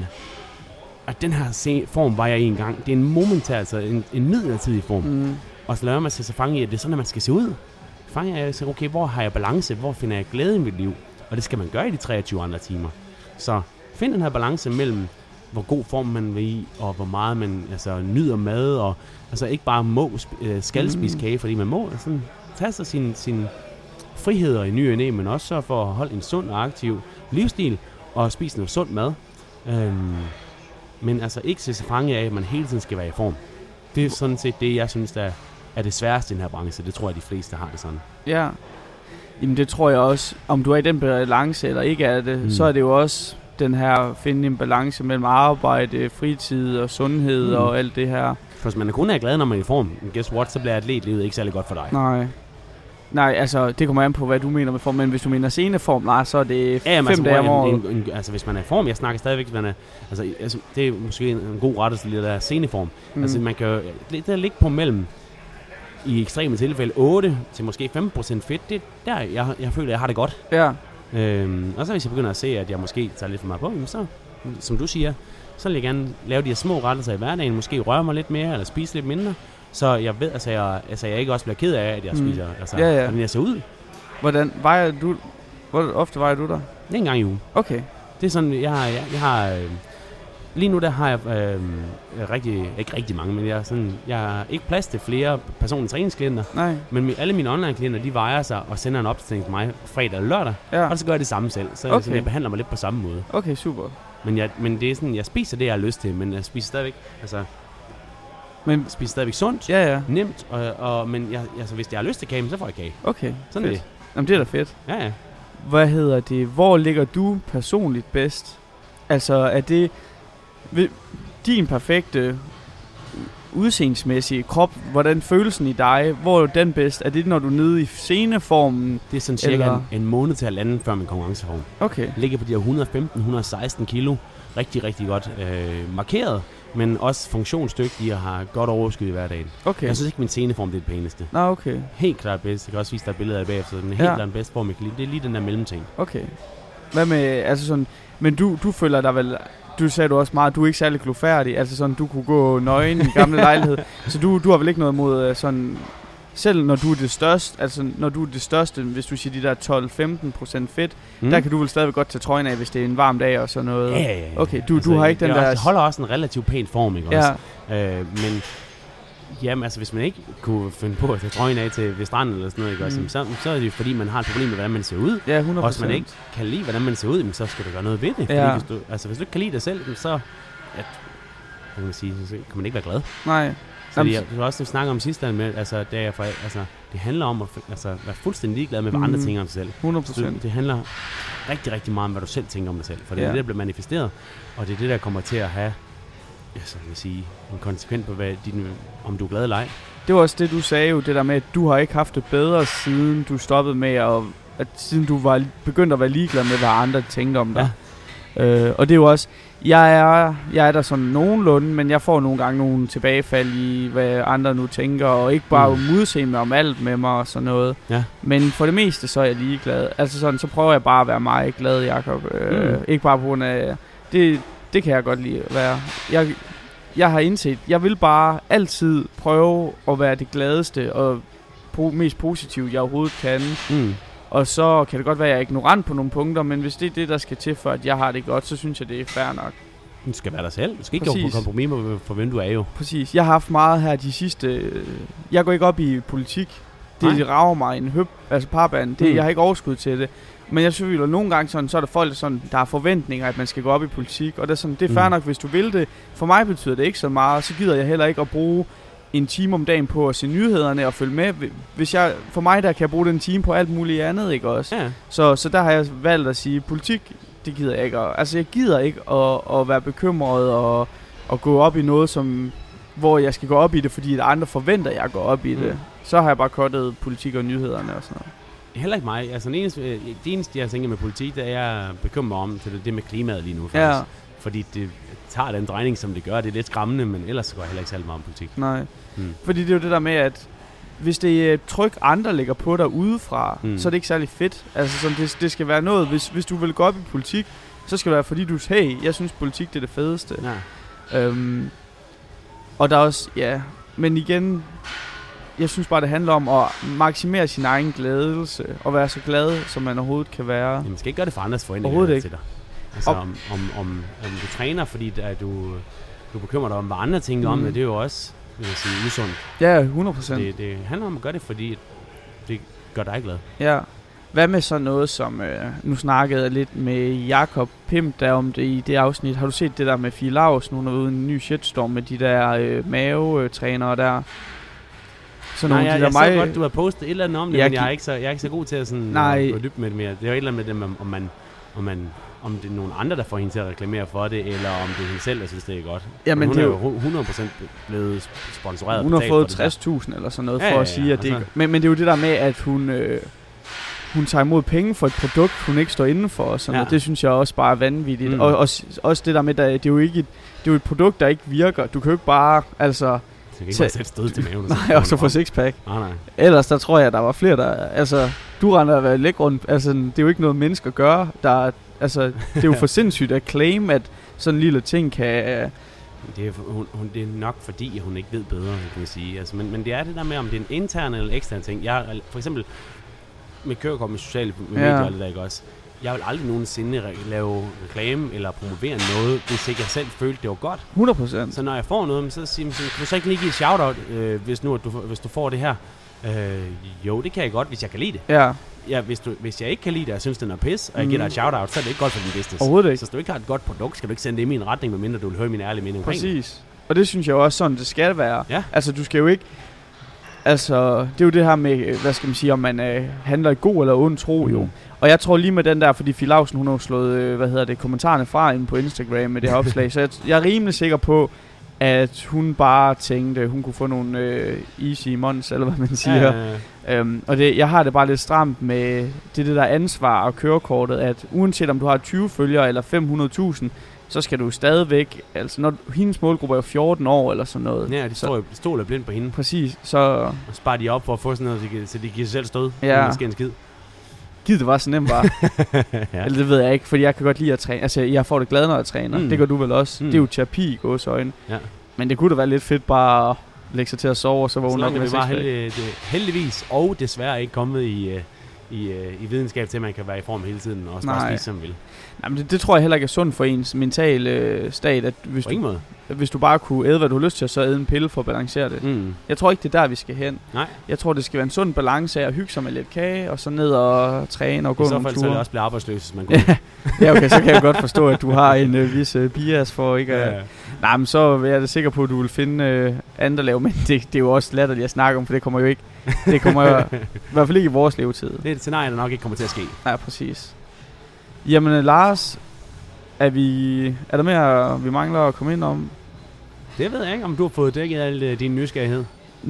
at den her form var jeg en gang. Det er en momentær, altså en midlertidig form. Og så lader man se sig fange i, at det er sådan, at man skal se ud. Fange jeg så, okay, hvor har jeg balance? Hvor finder jeg glæde i mit liv? Og det skal man gøre i de 23 andre timer. Så find den her balance mellem, hvor god form man vil i, og hvor meget man nyder mad, og altså ikke bare skal spise kage, fordi man må sådan, tage sig sine friheder i ny og næ, men også sørge for at holde en sund og aktiv livsstil, og spise noget sund mad. Men altså ikke se sig fange af, at man hele tiden skal være i form. Det er sådan set det, jeg synes, der er det sværeste i den her branche. Det tror jeg, de fleste har det sådan. Ja. Jamen det tror jeg også. Om du er i den balance eller ikke er det, så er det jo også den her, finde en balance mellem arbejde, fritid og sundhed og alt det her. For hvis man kun er glad, når man er i form, guess what, så bliver atletlivet ikke særlig godt for dig. Nej, altså det kommer an på, hvad du mener med form, men hvis du mener sceneform, så er det 5 dage om året. Altså hvis man er i form, jeg snakker stadigvæk, hvis man er, altså det er måske en god rettelse, det der sceneform. Altså man kan jo, det der ligge på mellem, i ekstreme tilfælde 8 til måske 15% fedt, det der, jeg føler, jeg har det godt. Ja. Og så hvis jeg begynder at se, at jeg måske tager lidt for meget på, så, som du siger, så vil jeg gerne lave de her små rettelser i hverdagen, måske røre mig lidt mere, eller spise lidt mindre. Så jeg ved, jeg ikke også bliver ked af, at jeg spiser, hvordan jeg ser ud. Hvordan vejer du? Hvor ofte vejer du der? Det er en gang i ugen. Okay. Det er sådan, jeg har lige nu der har jeg ikke rigtig mange, men jeg har ikke plads til flere personlige træningsklienter. Nej. Men alle mine online-klienter, de vejer sig og sender en opdatering til mig fredag eller lørdag, og så gør jeg det samme selv. Så jeg behandler mig lidt på samme måde. Okay, super. Men det er sådan, jeg spiser det, jeg har lyst til, men jeg spiser stadigvæk, spiser stadigvæk sundt, nemt, men hvis jeg har lyst til kage, så får jeg kage. Okay, sådan fedt. Jamen det er da fedt. Ja. Hvad hedder det? Hvor ligger du personligt bedst? Altså er det din perfekte udseendsmæssige krop, hvordan følelsen i dig, hvor er den bedst? Er det, når du er nede i sceneformen? Det er sådan cirka en måned til at lande før min konkurrenceform. Okay. Ligger på de her 115-116 kilo. Rigtig, rigtig godt markeret, men også funktionsdygtige og har godt overskud i hverdagen. Okay. Jeg synes ikke, min sceneform det er det pæneste. Nå, okay. Helt klart bedst. Jeg kan også vise dig et billede af bagefter. Men helt klart den bedste form, jeg kan lide. Det er lige den der mellemting. Okay. Hvad med, altså sådan, men du føler dig vel, du sagde du også meget, du er ikke særlig glofærdig, altså sådan, du kunne gå nøgen i gamle lejlighed, så du har vel ikke noget mod sådan, selv når du er det største, altså når du er det største, hvis du siger de der 12-15% fedt, der kan du vel stadigvæk godt tage trøjen af, hvis det er en varm dag og sådan noget. Ja. Okay, du har ikke den der... Jeg holder også en relativt pæn form, ikke også? Men jamen, altså hvis man ikke kunne finde på at tage trøjen af ved stranden eller sådan noget, ikke også? Så er det jo fordi, man har et problem med, hvordan man ser ud. Ja, 100%. Og hvis man ikke kan lide, hvordan man ser ud, så skal du gøre noget ved det. Fordi hvis du ikke kan lide dig selv, så kan man ikke være glad. Nej. Så det er også det, vi snakker om sidste med, det handler om at være fuldstændig ligeglad med, hvad andre tænker om sig selv. 100%. Det handler rigtig, rigtig meget om, hvad du selv tænker om dig selv. For det er det, der bliver manifesteret, og det er det, der kommer til at have så kan jeg sige, en konsekvent på, om du er glad eller ej. Det var også det, du sagde jo, det der med, at du har ikke haft det bedre, siden du stoppede med siden du var begyndt at være ligeglad med, hvad andre tænkte om dig. Ja. Og det er jo også, jeg er der sådan nogenlunde, men jeg får nogle gange nogle tilbagefald i, hvad andre nu tænker, og ikke bare modse mig om alt med mig og sådan noget. Ja. Men for det meste, så er jeg ligeglad. Altså sådan, så prøver jeg bare at være mig glad, Jakob. Ikke bare på grund af, det kan jeg godt lide at være. Jeg har indset, jeg vil bare altid prøve at være det gladeste og mest positive, jeg overhovedet kan. Og så kan det godt være, at jeg er ignorant på nogle punkter, men hvis det er det, der skal til for, at jeg har det godt, så synes jeg, det er fair nok. Du skal være dig selv. Du skal ikke gå på kompromis med, for hvem du er jo. Præcis. Jeg har haft meget her de sidste... Jeg går ikke op i politik. Det rager mig en parband. Jeg har ikke overskud til det. Men jeg synes, at nogle gange så er der folk, sådan, der har forventninger, at man skal gå op i politik. Og det er fair nok, hvis du vil det. For mig betyder det ikke så meget. Så gider jeg heller ikke at bruge en time om dagen på at se nyhederne og følge med. For mig der kan jeg bruge den time på alt muligt andet, ikke også? Ja. Så der har jeg valgt at sige, politik, det gider jeg ikke. Altså jeg gider ikke at være bekymret og gå op i noget, hvor jeg skal gå op i det, fordi andre forventer, at jeg går op i det. Så har jeg bare cuttet politik og nyhederne og sådan noget. Heller ikke mig. Altså det eneste jeg tænker med politik, det er jeg bekymrer om, det med klimaet lige nu faktisk. Ja. Fordi det tager den drejning, som det gør. Det er lidt skræmmende, men ellers så går jeg heller ikke særlig meget om politik. Nej. Fordi det er jo det der med, at hvis det er et tryk, andre lægger på dig udefra, så er det ikke særlig fedt. Altså sådan, det skal være noget, hvis du vil gå op i politik, så skal det være fordi du siger, hey, jeg synes politik det er det fedeste. Ja. Og der er også, men igen, jeg synes bare det handler om at maksimere sin egen glædelse, og være så glad, som man overhovedet kan være. Jamen, man skal ikke gøre det for andres forventninger til dig. Altså om du træner, fordi du bekymrer dig om, hvad andre tænker om det, det er jo også, vil jeg sige, usundt. Ja, 100%. Det handler om at gøre det, fordi det gør dig glad. Ja. Hvad med sådan noget som, nu snakkede jeg lidt med Jakob Pimp der om det i det afsnit. Har du set det der med Fie Laursen? Hun har været ude i en ny shitstorm med de der mavetrænere der. Nej, jeg så godt, du har postet et eller andet om det, men jeg er ikke så god til at sådan gå dybt med det mere. Det er jo et eller andet med det, om det er nogen andre, der får hende til at reklamere for det, eller om det er hende selv, der synes, det er godt. Ja, men hun er jo 100% blevet sponsoreret. Hun har fået 60.000 eller sådan noget for at sige, at det ikke... Men det er jo det der med, at hun tager imod penge for et produkt, hun ikke står inden for. Og sådan noget. Det synes jeg også bare er vanvittigt. Og også det der med, at det er jo et produkt, der ikke virker. Du kan jo ikke bare... Altså, du kan ikke bare sætte stød til maven. Nej, og så få sixpack. Nej. Ellers der tror jeg, der var flere, der... Altså, du render at være læk rundt. Altså, det er jo ikke noget, mennesker gør. Altså, det er jo for sindssygt at claim, at sådan en lille ting kan... Det er nok fordi, at hun ikke ved bedre, kan jeg sige. Altså, men det er det der med, om det er en intern eller ekstern ting. Jeg for eksempel med kørekort med sociale medier og det der, ikke også. Jeg vil aldrig nogensinde lave reklame eller promovere noget, hvis ikke jeg selv følte, det var godt. 100%. Så når jeg får noget, så siger man, kan du så ikke lige give et shout-out, hvis du får det her? Jo, det kan jeg godt, hvis jeg kan lide det. Ja, hvis jeg ikke kan lide det, og jeg synes, den er pis, og jeg giver dig et shout-out, så er det ikke godt for din business. Overhovedet ikke. Så hvis du ikke har et godt produkt, skal du ikke sende det i min retning, medmindre du vil høre min ærlige mening. Præcis. Og det synes jeg også sådan, det skal være. Ja. Altså, du skal jo ikke... Altså, det er jo det her med, hvad skal man sige, om man handler i god eller ond tro, jo. Og jeg tror lige med den der, fordi Fie Laursen, hun har jo slået, kommentarerne fra inde på Instagram med det her opslag, så jeg er rimelig sikker på, at hun bare tænkte, hun kunne få nogle easy months, eller hvad man siger. Og jeg har det bare lidt stramt med det der ansvar og kørekortet, at uanset om du har 20 følgere eller 500.000, så skal du stadigvæk, altså når hendes målgruppe er jo 14 år eller sådan noget. Ja, de stoler blind på hende. Præcis, så... Og sparer de op for at få sådan noget, så de giver sig selv stød. Ja. Det sker en skid. Giv det var så nemt bare. Ja. Eller det ved jeg ikke, fordi jeg kan godt lide at træne. Altså, jeg får det glad, når jeg træner. Det gør du vel også. Det er jo terapi i gåseøjne. Ja. Men det kunne da være lidt fedt bare at lægge sig til at sove, og så vågne op med heldigvis og desværre ikke kommet i videnskab til, at man kan være i form hele tiden, og også bare spise, som man vil. Nej, men det tror jeg heller ikke er sundt for ens mentale stat, at hvis du bare kunne æde, hvad du har lyst til, så æde en pille for at balancere det. Jeg tror ikke, det er der, vi skal hen. Nej. Jeg tror, det skal være en sund balance af at hygge sig med lidt kage, og så ned og træne og gå nogle ture. I så fald så også blive arbejdsløs, hvis man kunne. Ja, okay, så kan jeg godt forstå, at du har en vis bias for ikke at... Nej, men så er jeg da sikker på, at du vil finde andet at lave, men det er jo også latterligt at snakke om, for det kommer jo ikke... Det kommer jo i hvert fald ikke i vores levetid. Det er et scenarie, der nok ikke kommer til at ske. Ja, præcis. Jamen, Lars, er der mere, vi mangler at komme ind om? Det ved jeg ikke, om du har fået dækket al din nysgerrighed.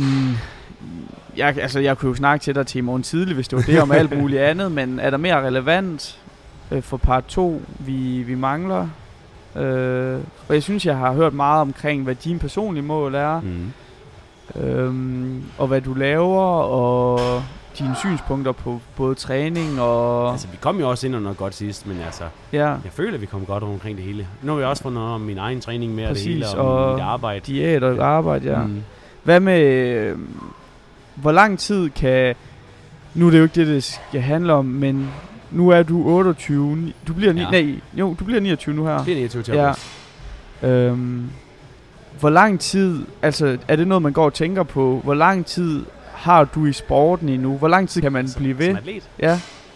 Jeg kunne jo snakke til dig til i morgen tidlig, hvis det var det om alt muligt andet, men er der mere relevant for part 2, vi mangler? Og jeg synes, jeg har hørt meget omkring, hvad dine personlige mål er, og hvad du laver, og dine synspunkter på både træning og... Altså, vi kom jo også ind under noget godt sidst, men altså, jeg føler, at vi kom godt omkring det hele. Nu har vi også fundet om min egen træning med, præcis, det hele, og mit arbejde. Diæt og arbejde, ja. Hvad med... hvor lang tid kan... Nu er det jo ikke det skal handle om, men nu er du 28... Du bliver, du bliver 29 nu her. Det er 29 til hvor lang tid... Altså, er det noget, man går og tænker på? Hvor lang tid har du i sporten endnu? Hvor lang tid kan man blive ved? Som atlet? Ja.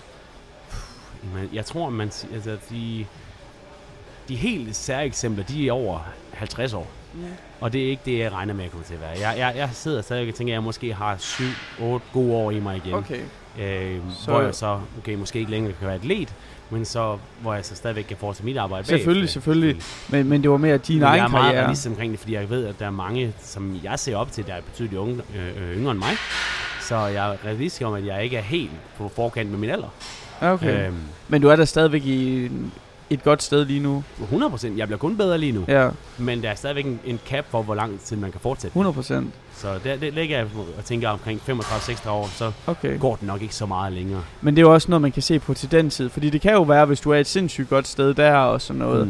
Jeg tror, altså, de helt sære eksempler, de er over 50 år. Og det er ikke det, jeg regner med at komme til at være. Jeg sidder stadig og tænker, at jeg måske har 7-8 gode år i mig igen. Okay. Hvor jeg så måske ikke længere kan være atlet, men så hvor jeg så stadigvæk kan fortsætte mit arbejde Selvfølgelig. Men det var mere din egen karriere. Jeg er meget realist omkring det, fordi jeg ved, at der er mange, som jeg ser op til, der er betydeligt yngre end mig. Så jeg er realistisk om, at jeg ikke er helt på forkant med min alder. Okay. Men du er der stadigvæk i et godt sted lige nu? 100%. Jeg bliver kun bedre lige nu. Ja. Men der er stadigvæk en cap for, hvor lang tid man kan fortsætte. 100%. Så det ligger jeg og tænker omkring 35-36 år, så går det nok ikke så meget længere. Men det er jo også noget, man kan se på til den tid. Fordi det kan jo være, hvis du er et sindssygt godt sted der og sådan noget.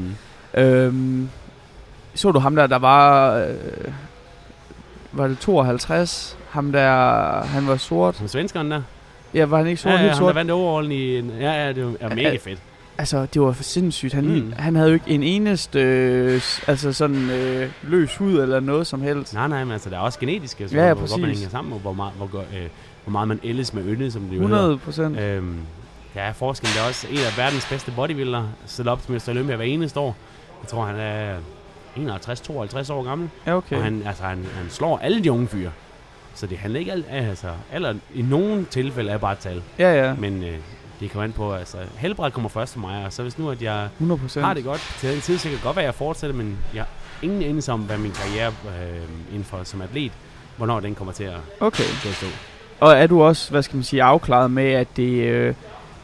Så du ham der var... var det 52? Ham der... Han var sort. Som svenskeren der? Ja, var han ikke sort? Ja, helt sort? Han vandt overallen i... Ja, det er mega fedt. Altså, det var for sindssygt. Han havde jo ikke en eneste løs hud eller noget som helst. Nej, men altså, der er også genetiske, ja, hvor man hænger sammen, og hvor meget man ældes med yndet, som det jo 100%. Ja, forskellen det er også en af verdens bedste bodybuildere, stillet op til Mr. Olympia hver eneste år. Jeg tror, han er 51-52 år gammel. Ja, okay. Og han slår alle de unge fyre. Så det handler ikke eller i nogle tilfælde er bare et tal. Ja. Men det kommer an på, altså helbred kommer først for mig, og så hvis nu, at jeg 100%. har det godt til den tid, så kan det godt være, at jeg fortsætter, men jeg har ingen anelse om, hvad min karriere inden for som atlet, hvornår den kommer til at stå. Og er du også, hvad skal man sige, afklaret med, at det,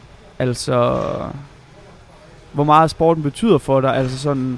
hvor meget sporten betyder for dig, altså sådan,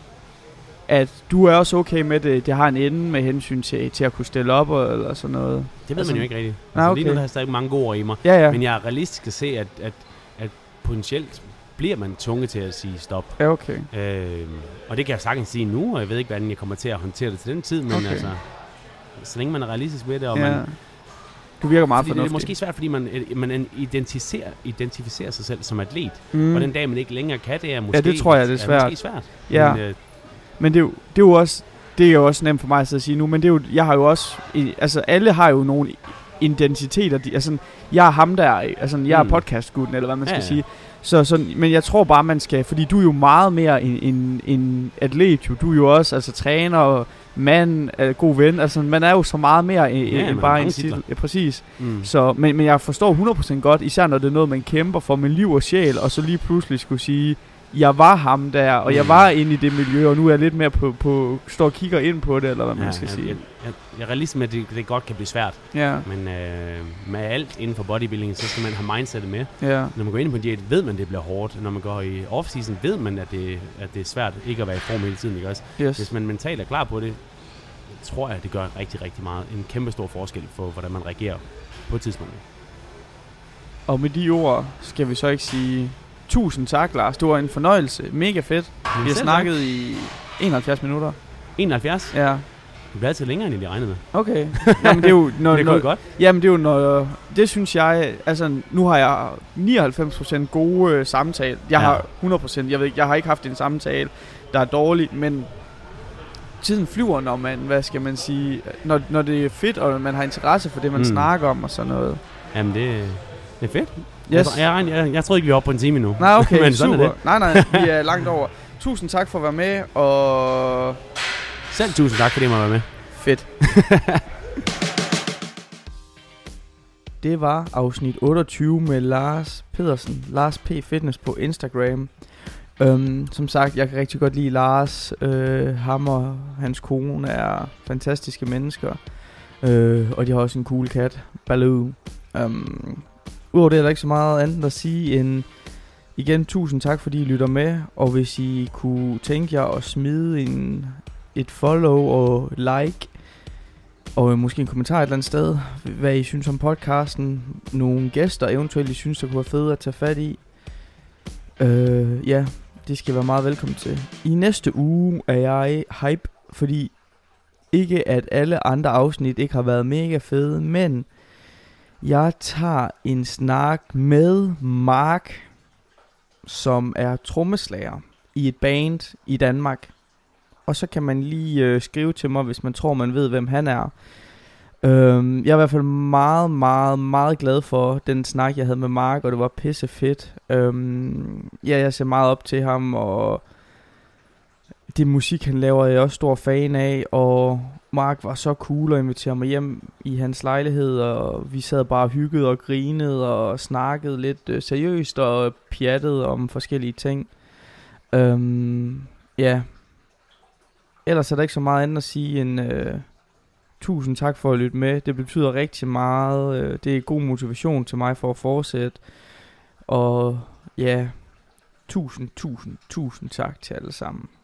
at du er også okay med det har en ende med hensyn til at kunne stille op, eller sådan noget? Det ved man jo ikke rigtigt. Okay. Lige nu har jeg stadig mange gode år i mig, men jeg er realistisk at se, at potentielt bliver man tvunget til at sige stop. Ja, okay. Og det kan jeg sagtens sige nu, og jeg ved ikke, hvordan jeg kommer til at håndtere det til den tid, men altså, så længe man er realistisk med det, og man... Du virker meget fornuftig. Det er måske svært, fordi man identificerer sig selv som atlet, og den dag, man ikke længere kan det, er måske, det tror jeg, det er svært. Måske svært. Ja. Men det er jo også nemt for mig at sige nu, men det er jo, jeg har jo også, alle har jo nogle identiteter, jeg er ham der, jeg er podcastgutten, eller hvad man skal sige. Så, men jeg tror bare, man skal, fordi du er jo meget mere en atlet, jo. Du er jo også træner, mand, god ven, man er jo så meget mere end bare en titel. Ja, præcis. Så, men jeg forstår 100% godt, især når det er noget, man kæmper for med liv og sjæl, og så lige pludselig skulle sige, jeg var ham der, og jeg var inde i det miljø, og nu er jeg lidt mere på står og kigger ind på det, eller hvad man skal sige. Jeg er realistisk med, at det godt kan blive svært. Ja. Men med alt inden for bodybuilding, så skal man have mindsetet med. Ja. Når man går ind på en diæt, ved man, at det bliver hårdt. Når man går i off-season, ved man, at det er svært ikke at være i form hele tiden. Ikke også? Yes. Hvis man mentalt er klar på det, tror jeg, det gør rigtig, rigtig meget. En kæmpe stor forskel for, hvordan man reagerer på et tidspunkt. Og med de ord skal vi så ikke sige... Tusind tak, Lars. Det var en fornøjelse. Mega fedt. Vi har snakket i 71 minutter. 71? Ja. Det bliver altid længere, end jeg regnede med. Okay. Jamen, det er jo... det går godt. Jamen, det er jo når... Det synes jeg... nu har jeg 99% gode samtaler. Jeg har 100%. Jeg ved ikke, jeg har ikke haft en samtale, der er dårlig, men... Tiden flyver, når man... Hvad skal man sige? Når det er fedt, og man har interesse for det, man snakker om og sådan noget. Jamen, det er fedt. Yes. Jeg tror ikke, vi er oppe på en time endnu. Nej, okay, men super. Er det. Nej, vi er langt over. Tusind tak for at være med, og... Selv tusind tak, fordi jeg må være med. Fedt. Det var afsnit 28 med Lars Pedersen, Lars P. Fitness på Instagram. Som sagt, jeg kan rigtig godt lide Lars. Ham og hans kone er fantastiske mennesker. Og de har også en cool kat, Baloo. Udover det er der ikke så meget andet at sige end igen tusind tak fordi I lytter med. Og hvis I kunne tænke jer at smide et follow og like og måske en kommentar et eller andet sted, hvad I synes om podcasten, nogle gæster eventuelt I synes der kunne være fede at tage fat i, ja, det skal I være meget velkommen til. I næste uge er jeg hype, fordi ikke at alle andre afsnit ikke har været mega fede, men jeg tager en snak med Mark, som er trommeslager i et band i Danmark. Og så kan man lige skrive til mig, hvis man tror, man ved, hvem han er. Jeg er i hvert fald meget, meget, meget glad for den snak, jeg havde med Mark, og det var pisse fedt. Ja, jeg ser meget op til ham, og det musik, han laver, er jeg også stor fan af. Og Mark var så cool at invitere mig hjem i hans lejlighed, og vi sad bare og hyggede og grinede og snakkede lidt seriøst og pjattede om forskellige ting. Ja. Ellers er der ikke så meget andet at sige end tusind tak for at lytte med. Det betyder rigtig meget. Det er god motivation til mig for at fortsætte. Og ja, tusind tak til alle sammen.